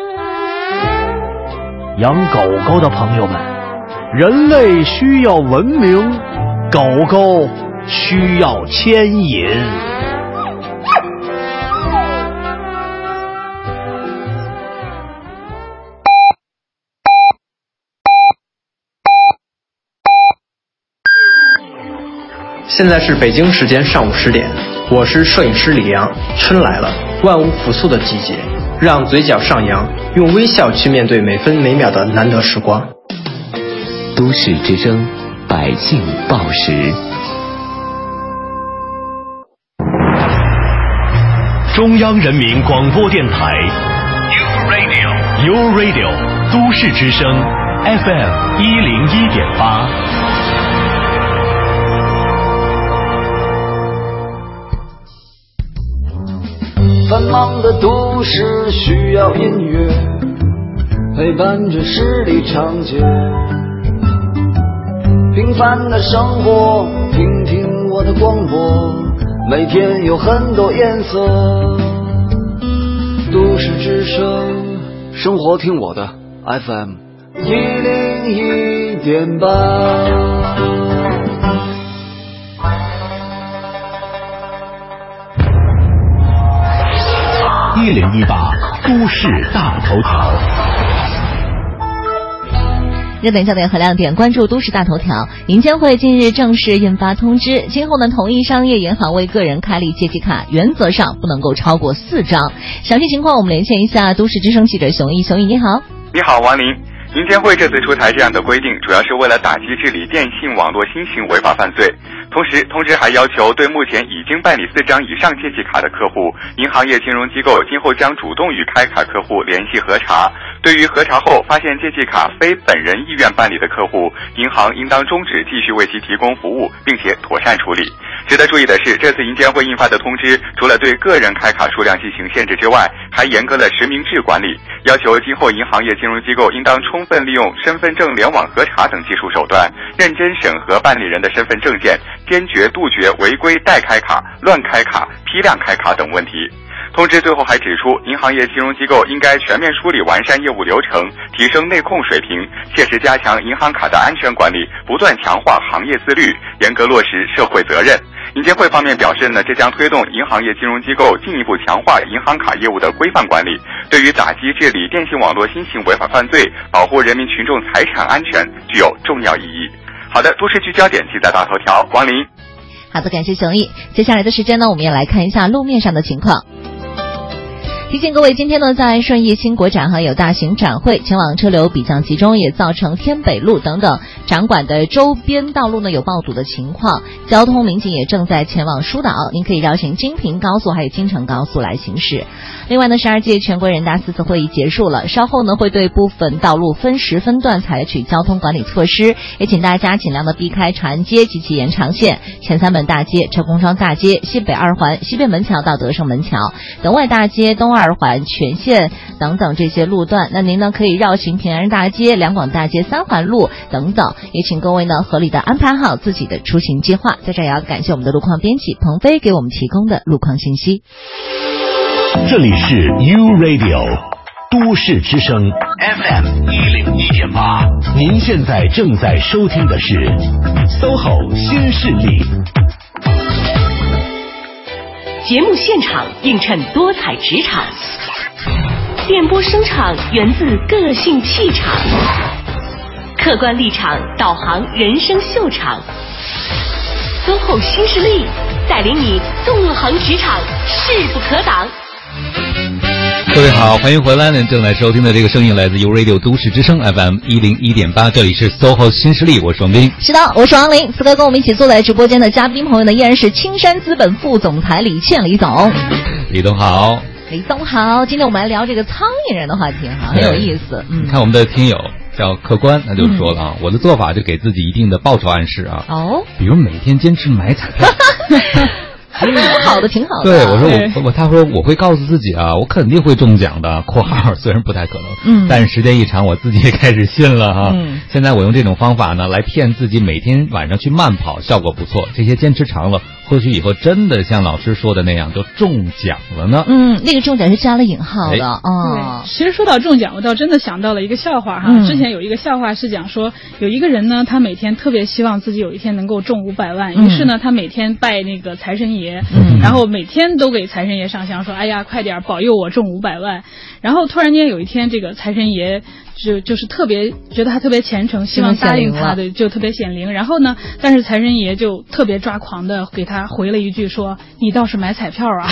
[SPEAKER 12] 养狗狗的朋友们，人类需要文明，狗狗需要牵引。
[SPEAKER 15] 现在是北京时间上午十点，我是摄影师李阳。春来了，万物复苏的季节，让嘴角上扬，用微笑去面对每分每秒的难得时光。
[SPEAKER 16] 都市之声，百姓报时。
[SPEAKER 7] 中央人民广播电台 U Radio U Radio 都市之声 F M 一零一点八。
[SPEAKER 4] 繁忙的都市需要音乐陪伴着十里长街，平凡的生活听听我的广播，每天有很多颜色。都市之声，生活听我的 F M 一零一点八。
[SPEAKER 7] 一零一八都市大头条，
[SPEAKER 1] 热点焦点和亮点，关注都市大头条。银监会近日正式印发通知，今后呢，同一商业银行为个人开立借记卡，原则上不能够超过四张。详细情况我们连线一下都市之声记者熊毅。熊毅你好。
[SPEAKER 17] 你好王林。银监会这次出台这样的规定，主要是为了打击治理电信网络新型违法犯罪。同时，通知还要求对目前已经办理四张以上借记卡的客户，银行业金融机构今后将主动与开卡客户联系核查。对于核查后发现借记卡非本人意愿办理的客户，银行应当终止继续为其提供服务，并且妥善处理。值得注意的是，这次银监会印发的通知，除了对个人开卡数量进行限制之外，还严格了实名制管理，要求今后银行业金融机构应当充分利用身份证联网核查等技术手段，认真审核办理人的身份证件，坚决杜绝违规代开卡、乱开卡、批量开卡等问题。通知最后还指出，银行业金融机构应该全面梳理完善业务流程，提升内控水平，切实加强银行卡的安全管理，不断强化行业自律，严格落实社会责任。银监会方面表示呢，这将推动银行业金融机构进一步强化银行卡业务的规范管理，对于打击治理电信网络新型违法犯罪，保护人民群众财产安全具有重要意义。好的，都市聚焦点记在大头条，王林。
[SPEAKER 1] 好的，感谢熊毅。接下来的时间呢，我们也来看一下路面上的情况。提醒各位，今天呢，在顺义新国展还有大型展会，前往车流比较集中，也造成天北路等等展馆的周边道路呢有爆堵的情况。交通民警也正在前往疏导，您可以绕行京平高速还有京承高速来行驶。另外呢，十二届全国人大四次会议结束了，稍后呢会对部分道路分时分段采取交通管理措施，也请大家尽量的避开长安街及其延长线、前三门大街、车公庄大街、西北二环、西便门桥到德胜门桥、等外大街、东二二环、全线等等这些路段。那您呢可以绕行平安大街、两广大街、三环路等等，也请各位呢合理的安排好自己的出行计划。在这也要感谢我们的路况编辑鹏飞给我们提供的路况信息。
[SPEAKER 7] 这里是 U Radio 都市之声 F M 一零一点八，您现在正在收听的是 S O H O 新势力。
[SPEAKER 18] 节目现场映衬多彩职场，电波声场源自个性气场，客观立场导航人生秀场。S O H O 新势力带领你纵横职场，势不可挡。
[SPEAKER 2] 各位好，欢迎回来。您正在收听的这个声音来自 U Radio 都市之声 F M 一零一点八，这里是 S O H O 新势力，我是王斌。
[SPEAKER 1] 是的，我是王林。此刻跟我们一起坐在直播间的嘉宾朋友呢，依然是青山资本副总裁李倩李总。
[SPEAKER 2] 李总好。
[SPEAKER 1] 李总好，今天我们来聊这个苍蝇人的话题哈，很有意思。
[SPEAKER 2] 嗯，你看我们的听友叫客观，他就说了啊，嗯、我的做法就给自己一定的报酬暗示啊。
[SPEAKER 1] 哦。
[SPEAKER 2] 比如每天坚持买彩票。
[SPEAKER 1] 挺好的，挺好的。
[SPEAKER 2] 对，我说我我他说我会告诉自己啊，我肯定会中奖的。括号虽然不太可能，嗯，但是时间一长，我自己也开始信了哈。嗯，现在我用这种方法呢，来骗自己，每天晚上去慢跑，效果不错。这些坚持长了，或许以后真的像老师说的那样，就中奖了呢。
[SPEAKER 1] 嗯，那个中奖是加了引号的啊。
[SPEAKER 3] 哦、其实说到中奖，我倒真的想到了一个笑话哈。嗯、之前有一个笑话是讲说，有一个人呢，他每天特别希望自己有一天能够中五百万，嗯、于是呢，他每天拜那个财神爷，嗯、然后每天都给财神爷上香，说：“哎呀，快点保佑我中五百万。”然后突然间有一天，这个财神爷就就是特别觉得他特别虔诚，希望答应他的，就特别显灵。然后呢，但是财神爷就特别抓狂的给他回了一句说：“你倒是买彩票啊！”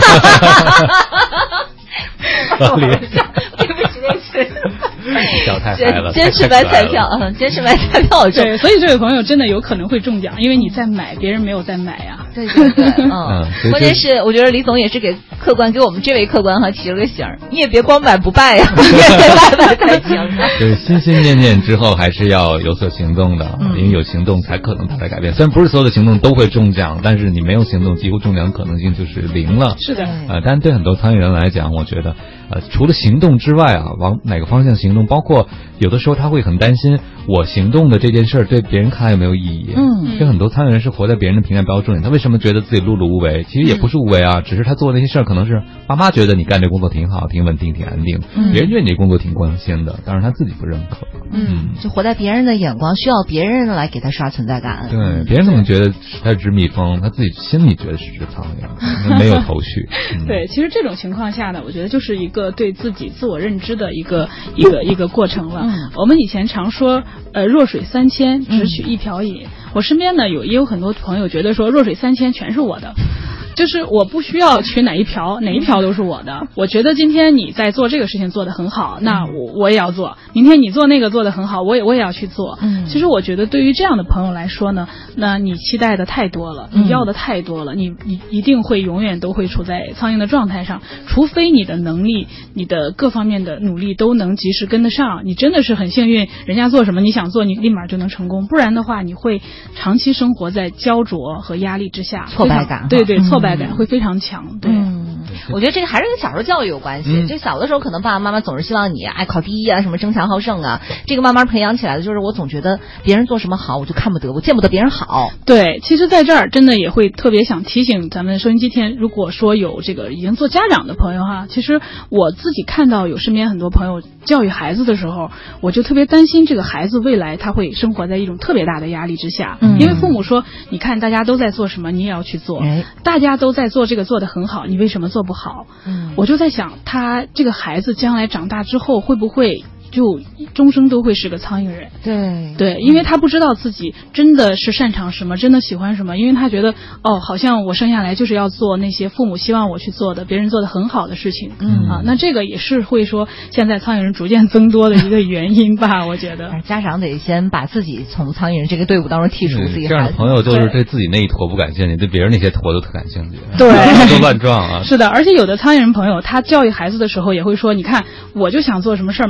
[SPEAKER 2] 老李，
[SPEAKER 1] 对不起，对不起。
[SPEAKER 2] 笑太嗨了，
[SPEAKER 1] 坚持买彩票啊！坚持买彩票，
[SPEAKER 3] 对，所以这位朋友真的有可能会中奖，因为你在买，别人没有在买呀。
[SPEAKER 1] 对对对，嗯，关键是我觉得李总也是给客观给我们这位客观哈提了个醒儿，你也别光买不败呀，你也得买买才行。
[SPEAKER 2] 对，心心念念之后还是要有所行动的，嗯、因为有行动才可能带来改变。虽然不是所有的行动都会中奖，但是你没有行动，几乎中奖可能性就是零了。
[SPEAKER 3] 是的，
[SPEAKER 2] 呃，但是对很多参与人来讲，我觉得。呃，除了行动之外啊，往哪个方向行动，包括有的时候他会很担心我行动的这件事儿对别人看有没有意义。嗯，就很多参与人是活在别人的评价标准里，他为什么觉得自己碌碌无为？其实也不是无为啊，嗯、只是他做的那些事儿可能是爸妈觉得你干这工作挺好、挺稳定、挺安定，嗯、别人觉得你这工作挺光鲜的，但是他自己不认可。
[SPEAKER 1] 嗯，就活在别人的眼光，需要别人来给他刷存在感。
[SPEAKER 2] 对，别人可能觉得他是只蜜蜂，他自己心里觉得是只苍蝇，没有头绪。
[SPEAKER 3] 嗯、对，其实这种情况下呢，我觉得就是一个对自己自我认知的一个一个一个过程了。嗯、我们以前常说，呃，弱水三千，只取一瓢饮。嗯、我身边呢有也有很多朋友觉得说，弱水三千全是我的。就是我不需要取哪一瓢，哪一瓢都是我的。我觉得今天你在做这个事情做得很好，那我我也要做。明天你做那个做得很好，我也我也要去做。嗯，其实我觉得对于这样的朋友来说呢，那你期待的太多了，你要的太多了，你你一定会永远都会处在苍蝇的状态上，除非你的能力、你的各方面的努力都能及时跟得上，你真的是很幸运，人家做什么你想做，你立马就能成功。不然的话，你会长期生活在焦灼和压力之下，
[SPEAKER 1] 挫败感。
[SPEAKER 3] 对对，挫败。感会非常强。对、
[SPEAKER 1] 嗯，我觉得这个还是跟小时候教育有关系。嗯、就小的时候，可能爸爸妈妈总是希望你爱考第一啊，什么争强好胜啊。这个慢慢培养起来的，就是我总觉得别人做什么好，我就看不得，我见不得别人好。
[SPEAKER 3] 对，其实在这儿真的也会特别想提醒咱们收音机前，如果说有这个已经做家长的朋友哈，其实我自己看到有身边很多朋友教育孩子的时候，我就特别担心这个孩子未来他会生活在一种特别大的压力之下。嗯、因为父母说，你看大家都在做什么，你也要去做。哎、大家都在做这个做得很好，你为什么做不好？嗯，我就在想，他这个孩子将来长大之后会不会就终生都会是个苍蝇人？
[SPEAKER 1] 对
[SPEAKER 3] 对，因为他不知道自己真的是擅长什么，真的喜欢什么，因为他觉得哦，好像我生下来就是要做那些父母希望我去做的，别人做的很好的事情。嗯啊，那这个也是会说现在苍蝇人逐渐增多的一个原因吧，我觉得。
[SPEAKER 1] 家长得先把自己从苍蝇人这个队伍当中剔除自己。
[SPEAKER 2] 这样的朋友就是对自己那一坨不感兴趣，对别人那些坨都特感兴趣。
[SPEAKER 3] 对，
[SPEAKER 2] 都乱撞啊。
[SPEAKER 3] 是的，而且有的苍蝇人朋友，他教育孩子的时候也会说，你看我就想做什么事儿没做成。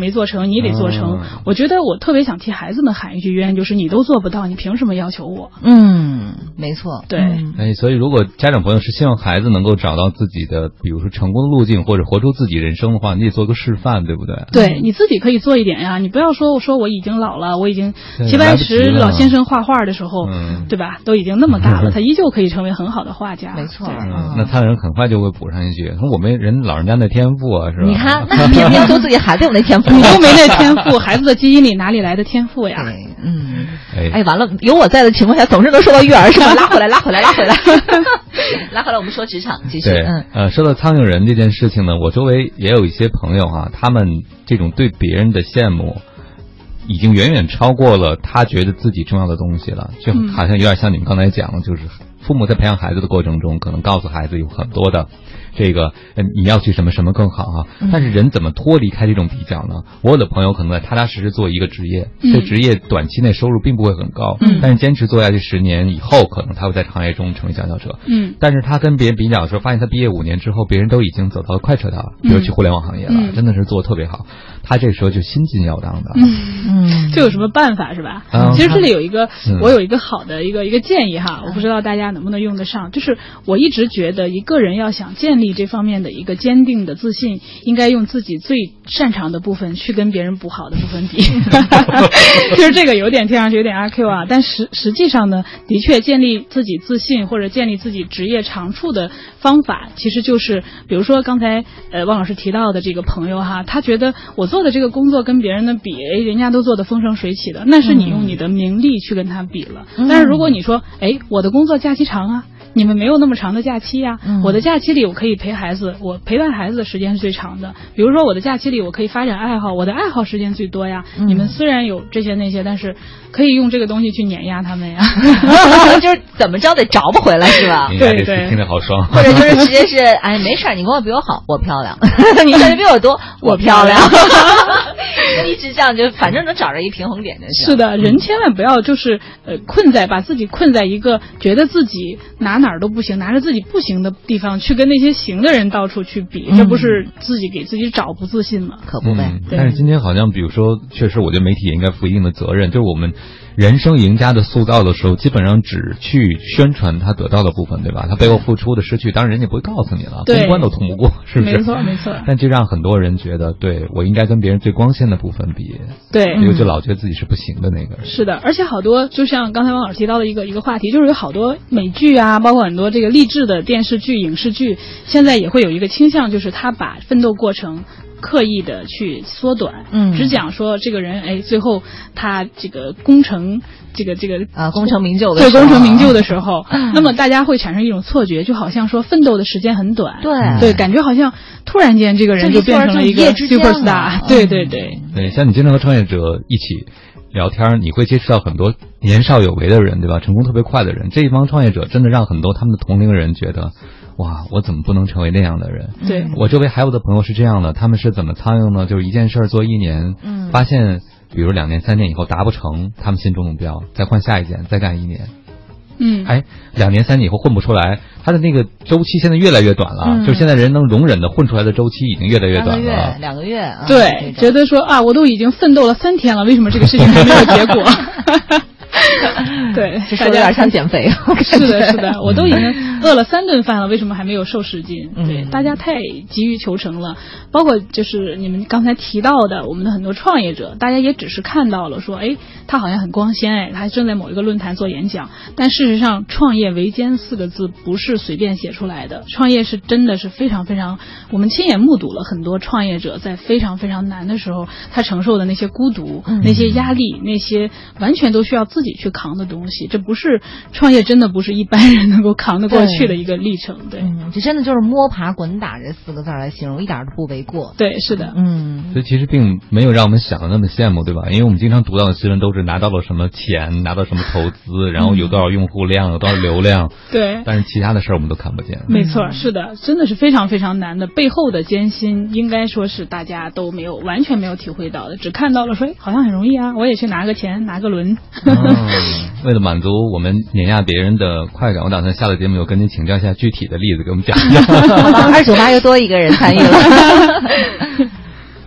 [SPEAKER 3] 你得做成。嗯、我觉得我特别想替孩子们喊一句冤，就是你都做不到，你凭什么要求我？
[SPEAKER 1] 嗯，没错，
[SPEAKER 3] 对。
[SPEAKER 2] 哎，所以如果家长朋友是希望孩子能够找到自己的，比如说成功的路径，或者活出自己人生的话，你得做个示范，对不对？
[SPEAKER 3] 对，你自己可以做一点呀，你不要说我说我已经老了，我已经齐白石老先生画画的时候，嗯、对吧？都已经那么大了，他依旧可以成为很好的画家。
[SPEAKER 1] 没错，
[SPEAKER 2] 嗯、那他人很快就会补上一句：“我没人老人家那天赋啊，是吧？”
[SPEAKER 1] 你看，那你偏偏说自己孩子有那天赋，
[SPEAKER 3] 你都没那天赋，孩子的基因里哪里来的天赋呀？
[SPEAKER 1] 对，嗯，哎，完了，有我在的情况下，总是能说到育儿，是吧？拉回来，拉回来，拉回来，拉回来，我们说职场，继续。
[SPEAKER 2] 对，嗯，呃，说到苍蝇人这件事情呢，我周围也有一些朋友啊，他们这种对别人的羡慕，已经远远超过了他觉得自己重要的东西了，就好像有点像你们刚才讲的，就是父母在培养孩子的过程中，可能告诉孩子有很多的这个，呃，你要去什么什么更好啊。但是人怎么脱离开这种比较呢？我有的朋友可能在踏踏实实做一个职业，这职业短期内收入并不会很高，嗯，但是坚持做下去十年以后，可能他会在行业中成为佼佼者，嗯。但是他跟别人比较的时候，发现他毕业五年之后，别人都已经走到了快车道了，比如去互联网行业了，嗯、真的是做得特别好。他这个时候就心惊摇荡的，
[SPEAKER 3] 嗯，这有什么办法是吧？嗯、其实这里有一个，嗯、我有一个好的一个一个建议哈，我不知道大家能不能用得上。就是我一直觉得，一个人要想建立这方面的一个坚定的自信，应该用自己最擅长的部分去跟别人不好的部分比。其实这个有点听上去有点阿 Q 啊，但实实际上呢，的确建立自己自信或者建立自己职业长处的方法，其实就是比如说刚才呃汪老师提到的这个朋友哈，他觉得我做的这个工作跟别人的比，哎，人家都做得风生水起的，那是你用你的名利去跟他比了。嗯、但是如果你说，哎，我的工作假期长啊。你们没有那么长的假期呀、啊嗯，我的假期里我可以陪孩子，我陪伴孩子的时间是最长的。比如说我的假期里我可以发展爱好，我的爱好时间最多呀。嗯、你们虽然有这些那些，但是可以用这个东西去碾压他们呀。
[SPEAKER 1] 就是怎么着得找不回来是吧？
[SPEAKER 3] 对对，
[SPEAKER 2] 听着好爽。
[SPEAKER 1] 或者就是直接是，哎，没事儿，你工作比我好，我漂亮；你赚的比我多，我漂亮。一直这样就反正能找着一平衡点就行。
[SPEAKER 3] 是的，人千万不要就是呃困在把自己困在一个觉得自己哪哪儿都不行，拿着自己不行的地方去跟那些行的人到处去比，嗯、这不是自己给自己找不自信吗？
[SPEAKER 1] 可不呗、
[SPEAKER 2] 嗯。但是今天好像比如说，确实我觉得媒体也应该负一定的责任，就是我们人生赢家的塑造的时候，基本上只去宣传他得到的部分，对吧？他背后付出的失去，当然人家不会告诉你了，公关都通不过，是不是？
[SPEAKER 3] 没错没错。
[SPEAKER 2] 但就让很多人觉得，对我应该跟别人最光鲜的部分比，
[SPEAKER 3] 对，
[SPEAKER 2] 因为就老觉得自己是不行的那个人。
[SPEAKER 3] 是的，而且好多就像刚才王老师提到的一个一个话题，就是有好多美剧啊，包括很多这个励志的电视剧、影视剧，现在也会有一个倾向，就是他把奋斗过程刻意的去缩短，嗯，只讲说这个人，哎，最后他这个功成这个这个
[SPEAKER 1] 啊功成名就的
[SPEAKER 3] 对功成名就的时候，那么大家会产生一种错觉，就好像说奋斗的时间很短，
[SPEAKER 1] 对
[SPEAKER 3] 对，感觉好像突然间这个人就变成了一个 superstar， 对对对
[SPEAKER 2] 对，像你经常和创业者一起聊天，你会接触到很多年少有为的人，对吧？成功特别快的人，这一帮创业者真的让很多他们的同龄人觉得，哇，我怎么不能成为那样的人？
[SPEAKER 3] 对，
[SPEAKER 2] 我周围还有的朋友是这样的，他们是怎么苍蝇呢？就是一件事做一年，嗯，发现比如两年三年以后达不成他们心中目标，再换下一件，再干一年。
[SPEAKER 3] 嗯，
[SPEAKER 2] 哎，两年三年以后混不出来，他的那个周期现在越来越短了，嗯、就是现在人能容忍的混出来的周期已经越来越短了。
[SPEAKER 1] 两个月，两个月，啊、
[SPEAKER 3] 对，觉得说啊，我都已经奋斗了三天了，为什么这个事情还没有结果？对，
[SPEAKER 1] 这说有点像减肥。
[SPEAKER 3] 是的，是的，我都已经饿了三顿饭了，为什么还没有瘦十斤？嗯、对，大家太急于求成了。包括就是你们刚才提到的，我们的很多创业者，大家也只是看到了说，哎，他好像很光鲜，哎，他正在某一个论坛做演讲。但事实上，创业维艰四个字不是随便写出来的。创业是真的是非常非常，我们亲眼目睹了很多创业者在非常非常难的时候，他承受的那些孤独、嗯、那些压力、那些完全都需要自己去扛的东西。这不是创业，真的不是一般人能够扛得过去的一个历程。对，
[SPEAKER 1] 嗯，这真的就是摸爬滚打这四个字来形容，一点都不为过。
[SPEAKER 3] 对，是的，
[SPEAKER 1] 嗯，
[SPEAKER 2] 所以其实并没有让我们想的那么羡慕，对吧？因为我们经常读到的新闻都是拿到了什么钱，拿到什么投资，然后有多少用户量，有多少流量，
[SPEAKER 3] 对，
[SPEAKER 2] 但是其他的事儿我们都看不见。
[SPEAKER 3] 没错，是的，真的是非常非常难的，背后的艰辛应该说是大家都没有完全没有体会到的，只看到了说好像很容易啊，我也去拿个钱拿个轮。
[SPEAKER 2] 哦、为了满足我们碾压别人的快感，我打算下了节目有跟您请教一下具体的例子，给我们讲一讲。
[SPEAKER 1] 二九八又多一个人参与了。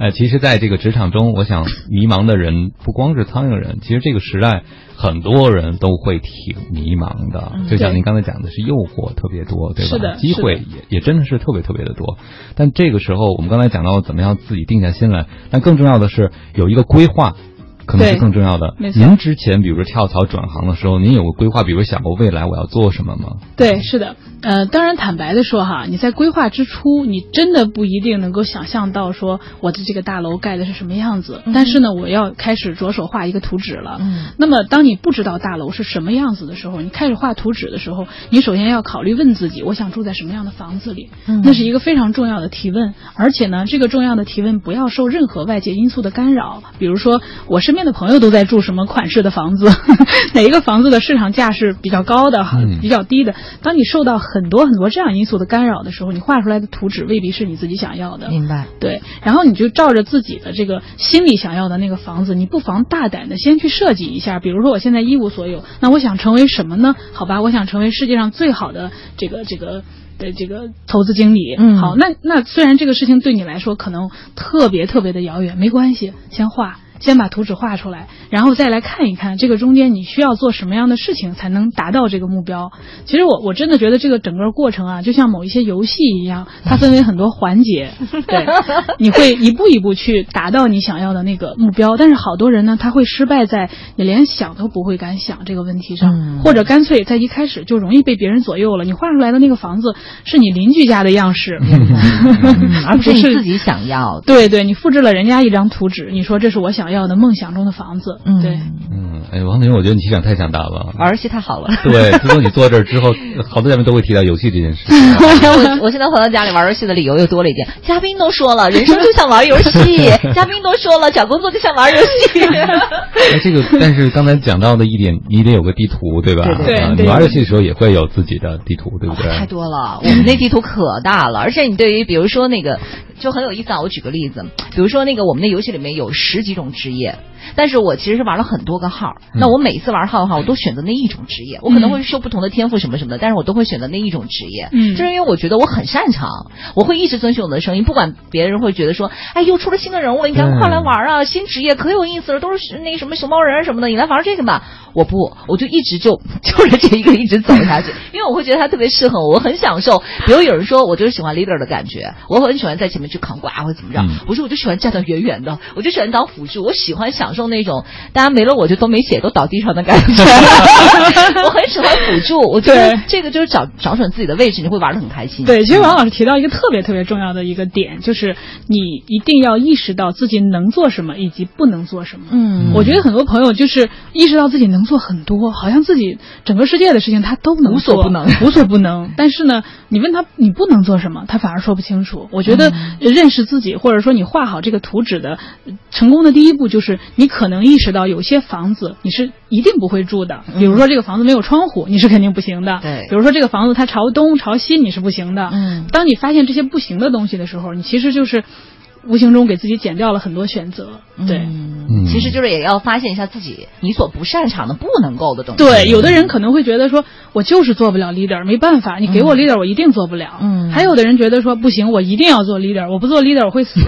[SPEAKER 2] 呃，其实在这个职场中，我想迷茫的人不光是苍蝇人，其实这个时代很多人都会挺迷茫的。嗯、就像您刚才讲的，是诱惑特别多，对吧？
[SPEAKER 3] 是的，
[SPEAKER 2] 机会也也真的是特别特别的多。但这个时候，我们刚才讲到怎么样自己定下心来，但更重要的是有一个规划。可能是更重要的。您之前比如说跳槽转行的时候，您有个规划，比如想过未来我要做什么吗？
[SPEAKER 3] 对，是的。呃，当然坦白的说哈，你在规划之初，你真的不一定能够想象到说我的这个大楼盖的是什么样子。嗯、但是呢，我要开始着手画一个图纸了。嗯。那么，当你不知道大楼是什么样子的时候，你开始画图纸的时候，你首先要考虑问自己，我想住在什么样的房子里？嗯。那是一个非常重要的提问，而且呢，这个重要的提问不要受任何外界因素的干扰，比如说我身边的朋友都在住什么款式的房子，哪一个房子的市场价是比较高的，比较低的。当你受到很多很多这样因素的干扰的时候，你画出来的图纸未必是你自己想要的。
[SPEAKER 1] 明白。
[SPEAKER 3] 对，然后你就照着自己的这个心里想要的那个房子，你不妨大胆的先去设计一下。比如说我现在一无所有，那我想成为什么呢？好吧，我想成为世界上最好的这个这个的这个投资经理。嗯，好，那那虽然这个事情对你来说可能特别特别的遥远，没关系，先画。先把图纸画出来，然后再来看一看这个中间你需要做什么样的事情才能达到这个目标。其实我我真的觉得这个整个过程啊，就像某一些游戏一样，它分为很多环节，对，你会一步一步去达到你想要的那个目标。但是好多人呢，他会失败在你连想都不会敢想这个问题上，嗯、或者干脆在一开始就容易被别人左右了。你画出来的那个房子是你邻居家的样式，
[SPEAKER 1] 嗯、而不是你自己想要的。
[SPEAKER 3] 对对，你复制了人家一张图纸，你说这是我想要要的梦想中的房子。嗯，对，
[SPEAKER 2] 嗯，哎，王林，我觉得你气场太强大了，
[SPEAKER 1] 玩游戏太好了。
[SPEAKER 2] 对，自从你坐这儿之后，好多嘉宾都会提到游戏这件事。
[SPEAKER 1] 我我现在回到家里玩游戏的理由又多了一件，嘉宾都说了，人生就像玩游戏，嘉宾都说了，找工作就像玩游戏。
[SPEAKER 2] 哎，这个，但是刚才讲到的一点，你得有个地图，对吧？
[SPEAKER 3] 对对对。
[SPEAKER 2] 你玩游戏的时候也会有自己的地图，对不对？
[SPEAKER 1] 哦、太多了，我们那地图可大了，而且你对于比如说那个就很有意思啊。我举个例子，比如说那个我们那游戏里面有十几种职业。但是我其实是玩了很多个号，那我每次玩号的话，我都选择那一种职业，我可能会修不同的天赋什么什么的，但是我都会选择那一种职业，嗯，就是因为我觉得我很擅长，我会一直遵循我的声音，不管别人会觉得说，哎，又出了新的人物了，你赶快来玩啊，新职业可有意思了，都是那什么熊猫人什么的，你来玩这个吧。我不，我就一直就就是这一个一直走下去，因为我会觉得它特别适合我，我很享受。比如有人说我就是喜欢 leader 的感觉，我很喜欢在前面去扛挂或者怎么着，嗯、不是，我就喜欢站得远远的，我就喜欢当辅助，我喜欢享受那种大家没了我就都没血都倒地上的感觉。我很喜欢辅助，我觉得这个就是找找准自己的位置，你会玩得很开心。
[SPEAKER 3] 对，其实王老师提到一个特别特别重要的一个点，就是你一定要意识到自己能做什么以及不能做什么。嗯，我觉得很多朋友就是意识到自己能做很多，好像自己整个世界的事情他都能做，
[SPEAKER 1] 无所不能，
[SPEAKER 3] 无所不能。但是呢，你问他你不能做什么，他反而说不清楚。我觉得认识自己，或者说你画好这个图纸的成功的第一步，就是你可能意识到有些房子你是一定不会住的，比如说这个房子没有窗户，你是肯定不行的。
[SPEAKER 1] 对，
[SPEAKER 3] 比如说这个房子它朝东朝西，你是不行的。嗯，当你发现这些不行的东西的时候，你其实就是无形中给自己减掉了很多选择。对，
[SPEAKER 1] 嗯，其实就是也要发现一下自己你所不擅长的、不能够的东西。
[SPEAKER 3] 对，有的人可能会觉得说，我就是做不了 leader， 没办法，你给我 leader， 我一定做不了。嗯，还有的人觉得说，不行，我一定要做 leader， 我不做 leader 我会死。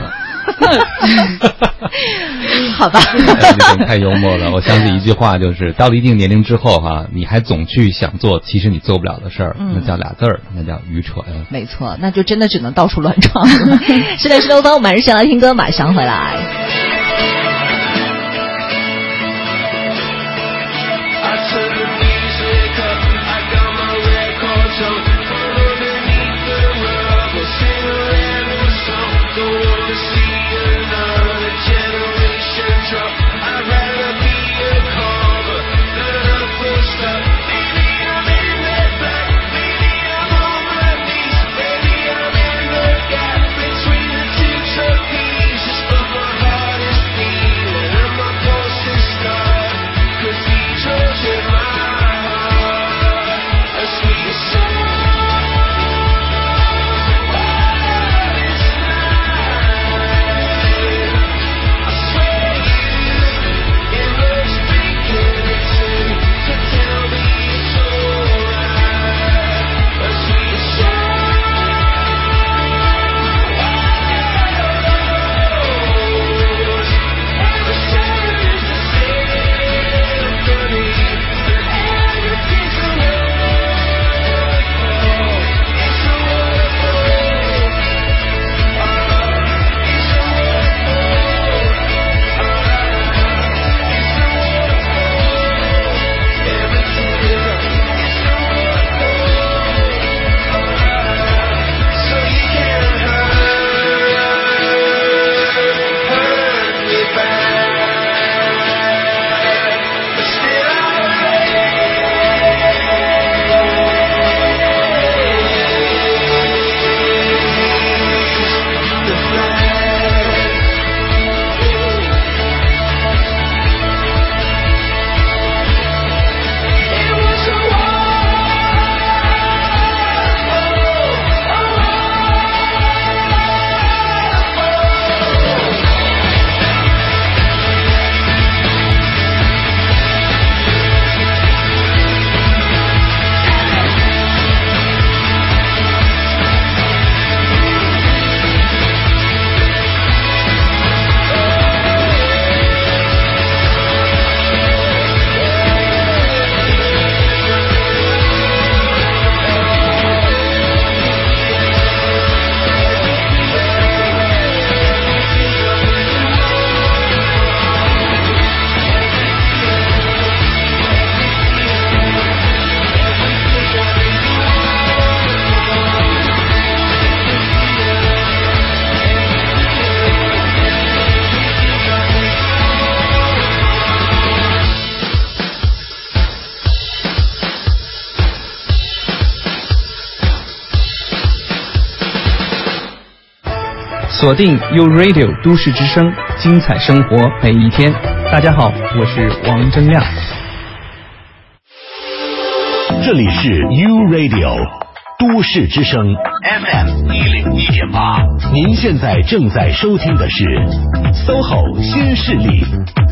[SPEAKER 1] 好吧，
[SPEAKER 2] 哎，太幽默了。我相信一句话，就是到了一定年龄之后哈，你还总去想做其实你做不了的事儿，嗯、那叫俩字儿，那叫愚蠢。
[SPEAKER 1] 没错，那就真的只能到处乱闯了。是的，是的，我们还是先来听歌，马上回来。
[SPEAKER 4] Between the two trapeze, just put my heart
[SPEAKER 19] 锁定 U Radio 都市之声，精彩生活每一天。大家好，我是王铮亮。
[SPEAKER 7] 这里是 U Radio 都市之声 F M 一零一点八，您现在正在收听的是 S O H O 新势力。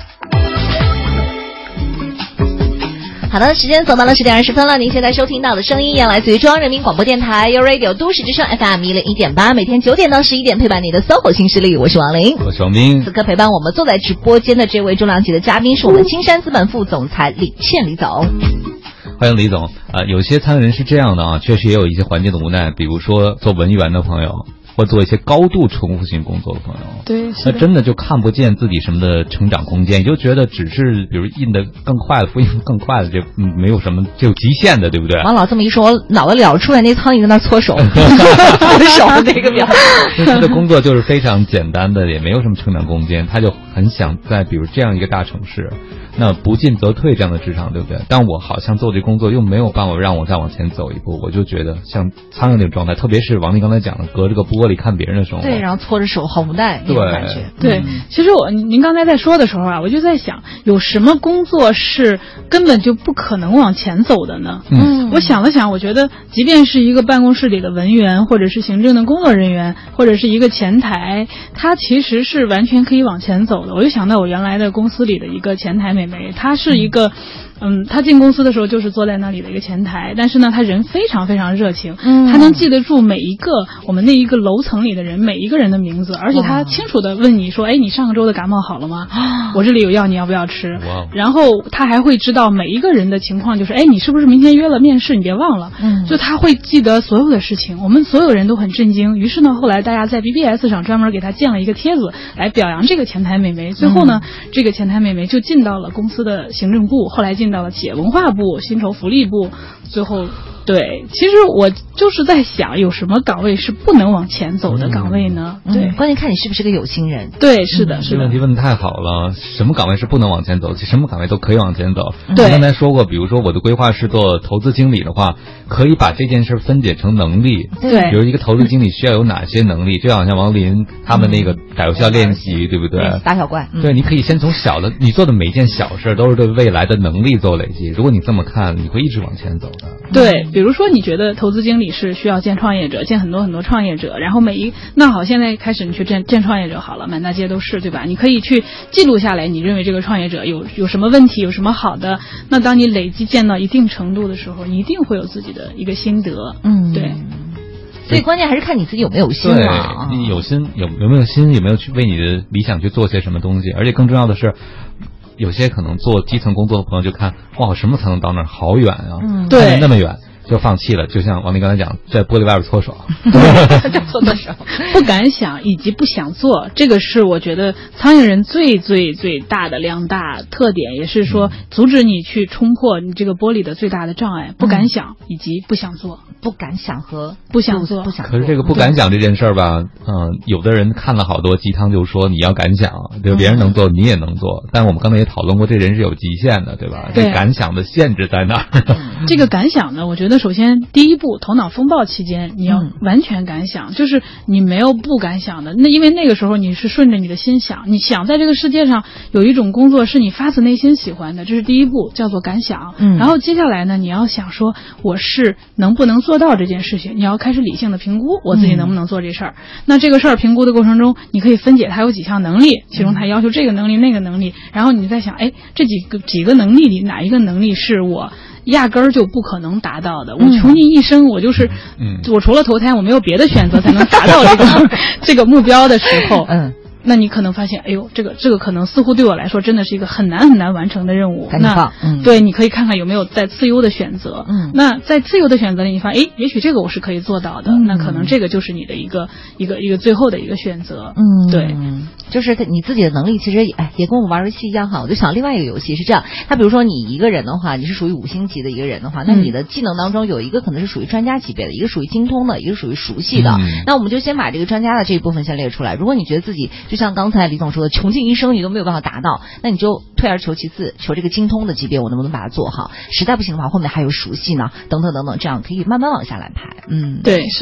[SPEAKER 6] 好的，时间走到了十点二十分了。您现在收听到的声音也来自于中央人民广播电台 U Radio 都市之声 F M 一零一点八，每天九点到十一点陪伴你的 S O H O 新势力，我是王琳，
[SPEAKER 2] 我是王斌。
[SPEAKER 6] 此刻陪伴我们坐在直播间的这位重量级的嘉宾是我们青山资本副总裁李倩李总。
[SPEAKER 2] 欢迎李总。呃，有些参与人是这样的啊，确实也有一些环境的无奈，比如说做文员的朋友，或做一些高度重复性工作的朋友，
[SPEAKER 3] 对，
[SPEAKER 2] 那真的就看不见自己什么的成长空间，也就觉得只是比如印的更快了，复印更快了，这嗯没有什么就极限的，对不对？
[SPEAKER 6] 王老这么一说，我脑子里出来那苍蝇在那搓手，搓手那个表。
[SPEAKER 2] 他的工作就是非常简单的，也没有什么成长空间，他就很想在比如这样一个大城市，那不进则退这样的职场，对不对？但我好像做这工作又没有办法让我再往前走一步，我就觉得像苍蝇那种状态，特别是王丽刚才讲的，隔着个玻璃看别人的生活，
[SPEAKER 6] 对，然后搓着手，好无奈那种感觉。
[SPEAKER 3] 对，
[SPEAKER 6] 嗯、
[SPEAKER 3] 其实我您刚才在说的时候啊，我就在想，有什么工作是根本就不可能往前走的呢？
[SPEAKER 2] 嗯，
[SPEAKER 3] 我想了想，我觉得即便是一个办公室里的文员，或者是行政的工作人员，或者是一个前台，他其实是完全可以往前走的。我就想到我原来的公司里的一个前台妹妹，她是一个。嗯，他进公司的时候就是坐在那里的一个前台，但是呢，他人非常非常热情，嗯，他能记得住每一个我们那一个楼层里的人每一个人的名字，而且他清楚的问你说，哎，你上个周的感冒好了吗？我这里有药，你要不要吃？然后他还会知道每一个人的情况，就是哎，你是不是明天约了面试？你别忘了，嗯，就他会记得所有的事情。我们所有人都很震惊，于是呢，后来大家在 B B S 上专门给他建了一个帖子来表扬这个前台妹妹。最后呢，嗯、这个前台妹妹就进到了公司的行政部，后来进到了企业文化部、薪酬福利部，最后对，其实我就是在想，有什么岗位是不能往前走的岗位呢？
[SPEAKER 6] 嗯、
[SPEAKER 3] 对、
[SPEAKER 6] 嗯，关键看你是不是个有心人。
[SPEAKER 3] 对，是的，是的。
[SPEAKER 2] 这问题问得太好了，什么岗位是不能往前走？其实什么岗位都可以往前走。
[SPEAKER 3] 对，
[SPEAKER 2] 刚才说过，比如说我的规划是做投资经理的话，可以把这件事分解成能力。
[SPEAKER 3] 对，
[SPEAKER 2] 比如一个投资经理需要有哪些能力？就好像王林他们那个打游戏练习，嗯、对不对？
[SPEAKER 6] 打小怪。
[SPEAKER 2] 嗯、对，你可以先从小的，你做的每一件小事都是对未来的能力做累积。如果你这么看，你会一直往前走的。
[SPEAKER 3] 对，比如说你觉得投资经理是需要见创业者，见很多很多创业者，然后每一那好，现在开始你去见见创业者好了，满大街都是，对吧？你可以去记录下来，你认为这个创业者有有什么问题，有什么好的。那当你累积见到一定程度的时候，你一定会有自己的一个心得。
[SPEAKER 6] 嗯，
[SPEAKER 3] 对。
[SPEAKER 6] 所以关键还是看你自己有没有心啊。
[SPEAKER 2] 对，你有心有有没有心，有没有去为你的理想去做些什么东西，而且更重要的是。有些可能做基层工作的朋友就看，哇，我什么才能到那儿？好远啊！
[SPEAKER 3] 嗯，对，
[SPEAKER 2] 看那么远就放弃了。就像王林刚才讲，在玻璃外边搓手，
[SPEAKER 3] 搓搓手，不敢想以及不想做，这个是我觉得苍蝇人最最最大的两大特点，也是说阻止你去冲破你这个玻璃的最大的障碍，不敢想以及不想做。
[SPEAKER 6] 不敢想和
[SPEAKER 3] 不想做，
[SPEAKER 6] 不想做。
[SPEAKER 2] 可是这个不敢想这件事儿吧，嗯，有的人看了好多鸡汤，就说你要敢想，就别人能做，你也能做。但是我们刚才也讨论过，这人是有极限的，对吧？
[SPEAKER 3] 对，
[SPEAKER 2] 这敢想的限制在哪儿？
[SPEAKER 3] 这个敢想呢，我觉得首先第一步，头脑风暴期间，你要完全敢想，嗯、就是你没有不敢想的。那因为那个时候你是顺着你的心想，你想在这个世界上有一种工作是你发自内心喜欢的，这是第一步，叫做敢想。嗯，然后接下来呢，你要想说我是能不能做到这件事情，你要开始理性的评估我自己能不能做这事儿。嗯、那这个事儿评估的过程中，你可以分解它有几项能力，其中它要求这个能力那个能力，然后你再想，哎，这几个几个能力里哪一个能力是我压根儿就不可能达到的？我穷尽一生，我就是，嗯，我除了投胎，我没有别的选择才能达到这个这个目标的时候，嗯。那你可能发现，哎呦，这个这个可能似乎对我来说真的是一个很难很难完成的任务。那、嗯、对，你可以看看有没有在自由的选择。嗯，那在自由的选择里，你发现，哎，也许这个我是可以做到的。嗯、那可能这个就是你的一个一个一个最后的一个选择。
[SPEAKER 6] 嗯，
[SPEAKER 3] 对，
[SPEAKER 6] 就是你自己的能力，其实也哎也跟我们玩游戏一样哈。我就想另外一个游戏是这样，它比如说你一个人的话，你是属于五星级的一个人的话，那你的技能当中有一个可能是属于专家级别的，一个属于精通的，一个属于熟悉的。嗯、那我们就先把这个专家的这一部分先列出来。如果你觉得自己就像刚才李总说的，穷尽一生你都没有办法达到，那你就退而求其次，求这个精通的级别，我能不能把它做好？实在不行的话，后面还有熟悉呢，等等等等，这样可以慢慢往下来排。嗯，
[SPEAKER 3] 对，是的。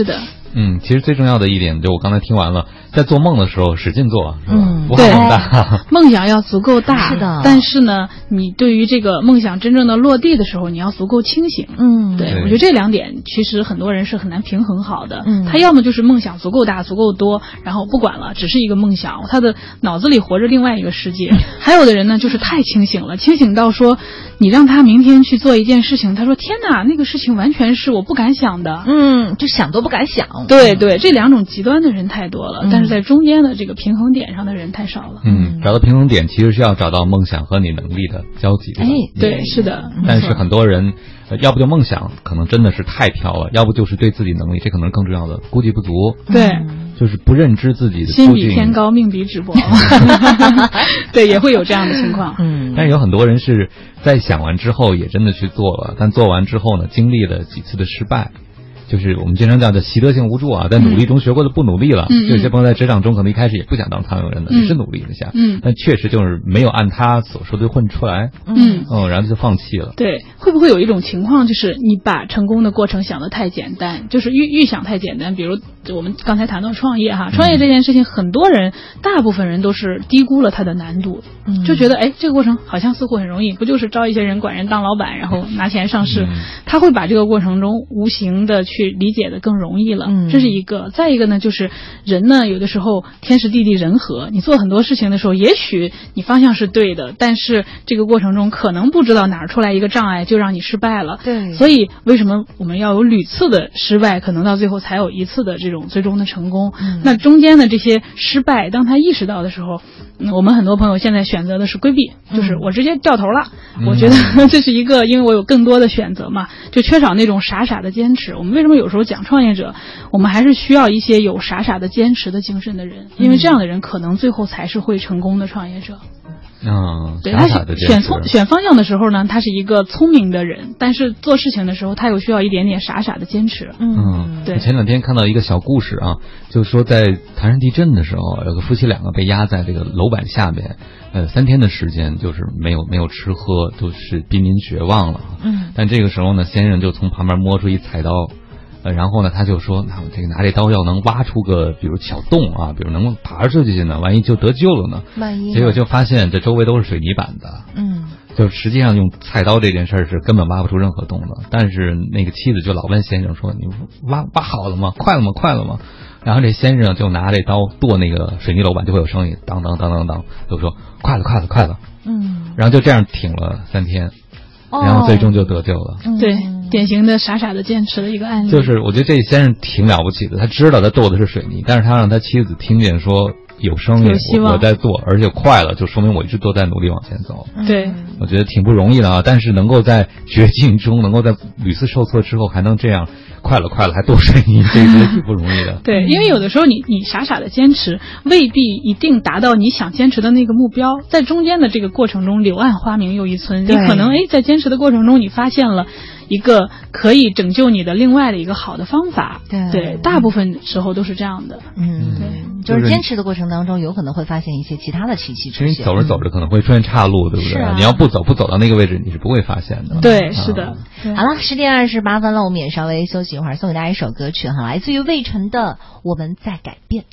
[SPEAKER 2] 嗯，其实最重要的一点，就我刚才听完了，在做梦的时候使劲做，是吧？嗯，不好梦大，
[SPEAKER 3] 梦想要足够大，
[SPEAKER 1] 是的。
[SPEAKER 3] 但是呢，你对于这个梦想真正的落地的时候，你要足够清醒。
[SPEAKER 1] 嗯，
[SPEAKER 3] 对，我觉得这两点其实很多人是很难平衡好的。
[SPEAKER 1] 嗯，
[SPEAKER 3] 他要么就是梦想足够大、足够多，然后不管了，只是一个梦想，他的脑子里活着另外一个世界。还有的人呢，就是太清醒了，清醒到说，你让他明天去做一件事情，他说天哪，那个事情完全是我不敢想的。
[SPEAKER 1] 嗯，就想都不敢想。
[SPEAKER 3] 对对，这两种极端的人太多了，嗯、但是在中间的这个平衡点上的人太少了。
[SPEAKER 2] 嗯，找到平衡点其实是要找到梦想和你能力的交集。
[SPEAKER 3] 哎，对，是的。
[SPEAKER 2] 但是很多人，呃、要不就梦想可能真的是太飘了，要不就是对自己能力，这可能更重要的估计不足。
[SPEAKER 3] 对。
[SPEAKER 2] 就是不认知自己的
[SPEAKER 3] 心比天高命比纸薄。对，也会有这样的情况。
[SPEAKER 2] 嗯，但是有很多人是在想完之后也真的去做了，但做完之后呢，经历了几次的失败。就是我们经常叫的习得性无助啊，在努力中学会了不努力了。嗯，有些朋友在职场中可能一开始也不想当苍蝇人的，也、嗯、是努力了一下，嗯，但确实就是没有按他所说的混出来，嗯，哦，然后就放弃了。
[SPEAKER 3] 对，会不会有一种情况，就是你把成功的过程想得太简单，就是预预想太简单？比如我们刚才谈到创业哈，创业这件事情，很多人，大部分人都是低估了它的难度，嗯，就觉得哎，这个过程好像似乎很容易，不就是招一些人管人当老板，然后拿钱上市？嗯、他会把这个过程中无形的去理解的更容易了，嗯，这是一个。再一个呢，就是人呢，有的时候天时地利人和，你做很多事情的时候，也许你方向是对的，但是这个过程中可能不知道哪儿出来一个障碍，就让你失败了。
[SPEAKER 1] 对，
[SPEAKER 3] 所以为什么我们要有屡次的失败，可能到最后才有一次的这种最终的成功？嗯、那中间的这些失败，当他意识到的时候，嗯、我们很多朋友现在选择的是规避，就是我直接掉头了。嗯、我觉得这是一个，因为我有更多的选择嘛，就缺少那种傻傻的坚持。我们为什么有时候讲创业者，我们还是需要一些有傻傻的坚持的精神的人，因为这样的人可能最后才是会成功的创业者。
[SPEAKER 2] 嗯，
[SPEAKER 3] 对，他选聪选方向的时候呢，他是一个聪明的人，但是做事情的时候，他又需要一点点傻傻的坚持。
[SPEAKER 2] 嗯，
[SPEAKER 3] 对。
[SPEAKER 2] 前两天看到一个小故事啊，就是说在唐山地震的时候，有个夫妻两个被压在这个楼板下面，呃，三天的时间就是没有没有吃喝，都是濒临绝望了。嗯，但这个时候呢，先生就从旁边摸出一菜刀。呃，然后呢，他就说，那我这个拿这刀要能挖出个，比如小洞啊，比如能爬出去呢，万一就得救了呢。
[SPEAKER 1] 万一。
[SPEAKER 2] 结果就发现这周围都是水泥板的。嗯。就实际上用菜刀这件事儿是根本挖不出任何洞的，但是那个妻子就老问先生说：“你挖挖好了吗？快了吗？快了吗？”然后这先生就拿这刀剁那个水泥楼板，就会有声音，当当当当当，就说：“快了，快了，快了。”嗯。然后就这样挺了三天。然后最终就得救了。
[SPEAKER 3] 哦、对，典型的傻傻的坚持的一个案例。
[SPEAKER 2] 就是我觉得这先生挺了不起的，他知道他剁的是水泥，但是他让他妻子听见说有声音，我我在做，而且快了，就说明我一直都在努力往前走。
[SPEAKER 3] 对，
[SPEAKER 2] 我觉得挺不容易的啊。但是能够在绝境中，能够在屡次受挫之后还能这样快了快了还剁水泥，这个挺不容易的。
[SPEAKER 3] 对，因为有的时候你你傻傻的坚持，未必一定达到你想坚持的那个目标，在中间的这个过程中，柳暗花明又一村。你可能哎，在坚持的过程中，你发现了一个可以拯救你的另外的一个好的方法。
[SPEAKER 1] 对，
[SPEAKER 3] 对，大部分时候都是这样的。
[SPEAKER 1] 嗯，对，就是坚持的过程当中，有可能会发现一些其他的奇迹出现。
[SPEAKER 2] 其实你走着走着可能会出现岔路，对不对？
[SPEAKER 1] 啊、
[SPEAKER 2] 你要不走不走到那个位置，你是不会发现的。
[SPEAKER 3] 对，是的。
[SPEAKER 1] 啊、好了，十点二十八分了，我们也稍微休息一会儿，送给大家一首歌曲哈，来自于魏晨的《我们在改变》。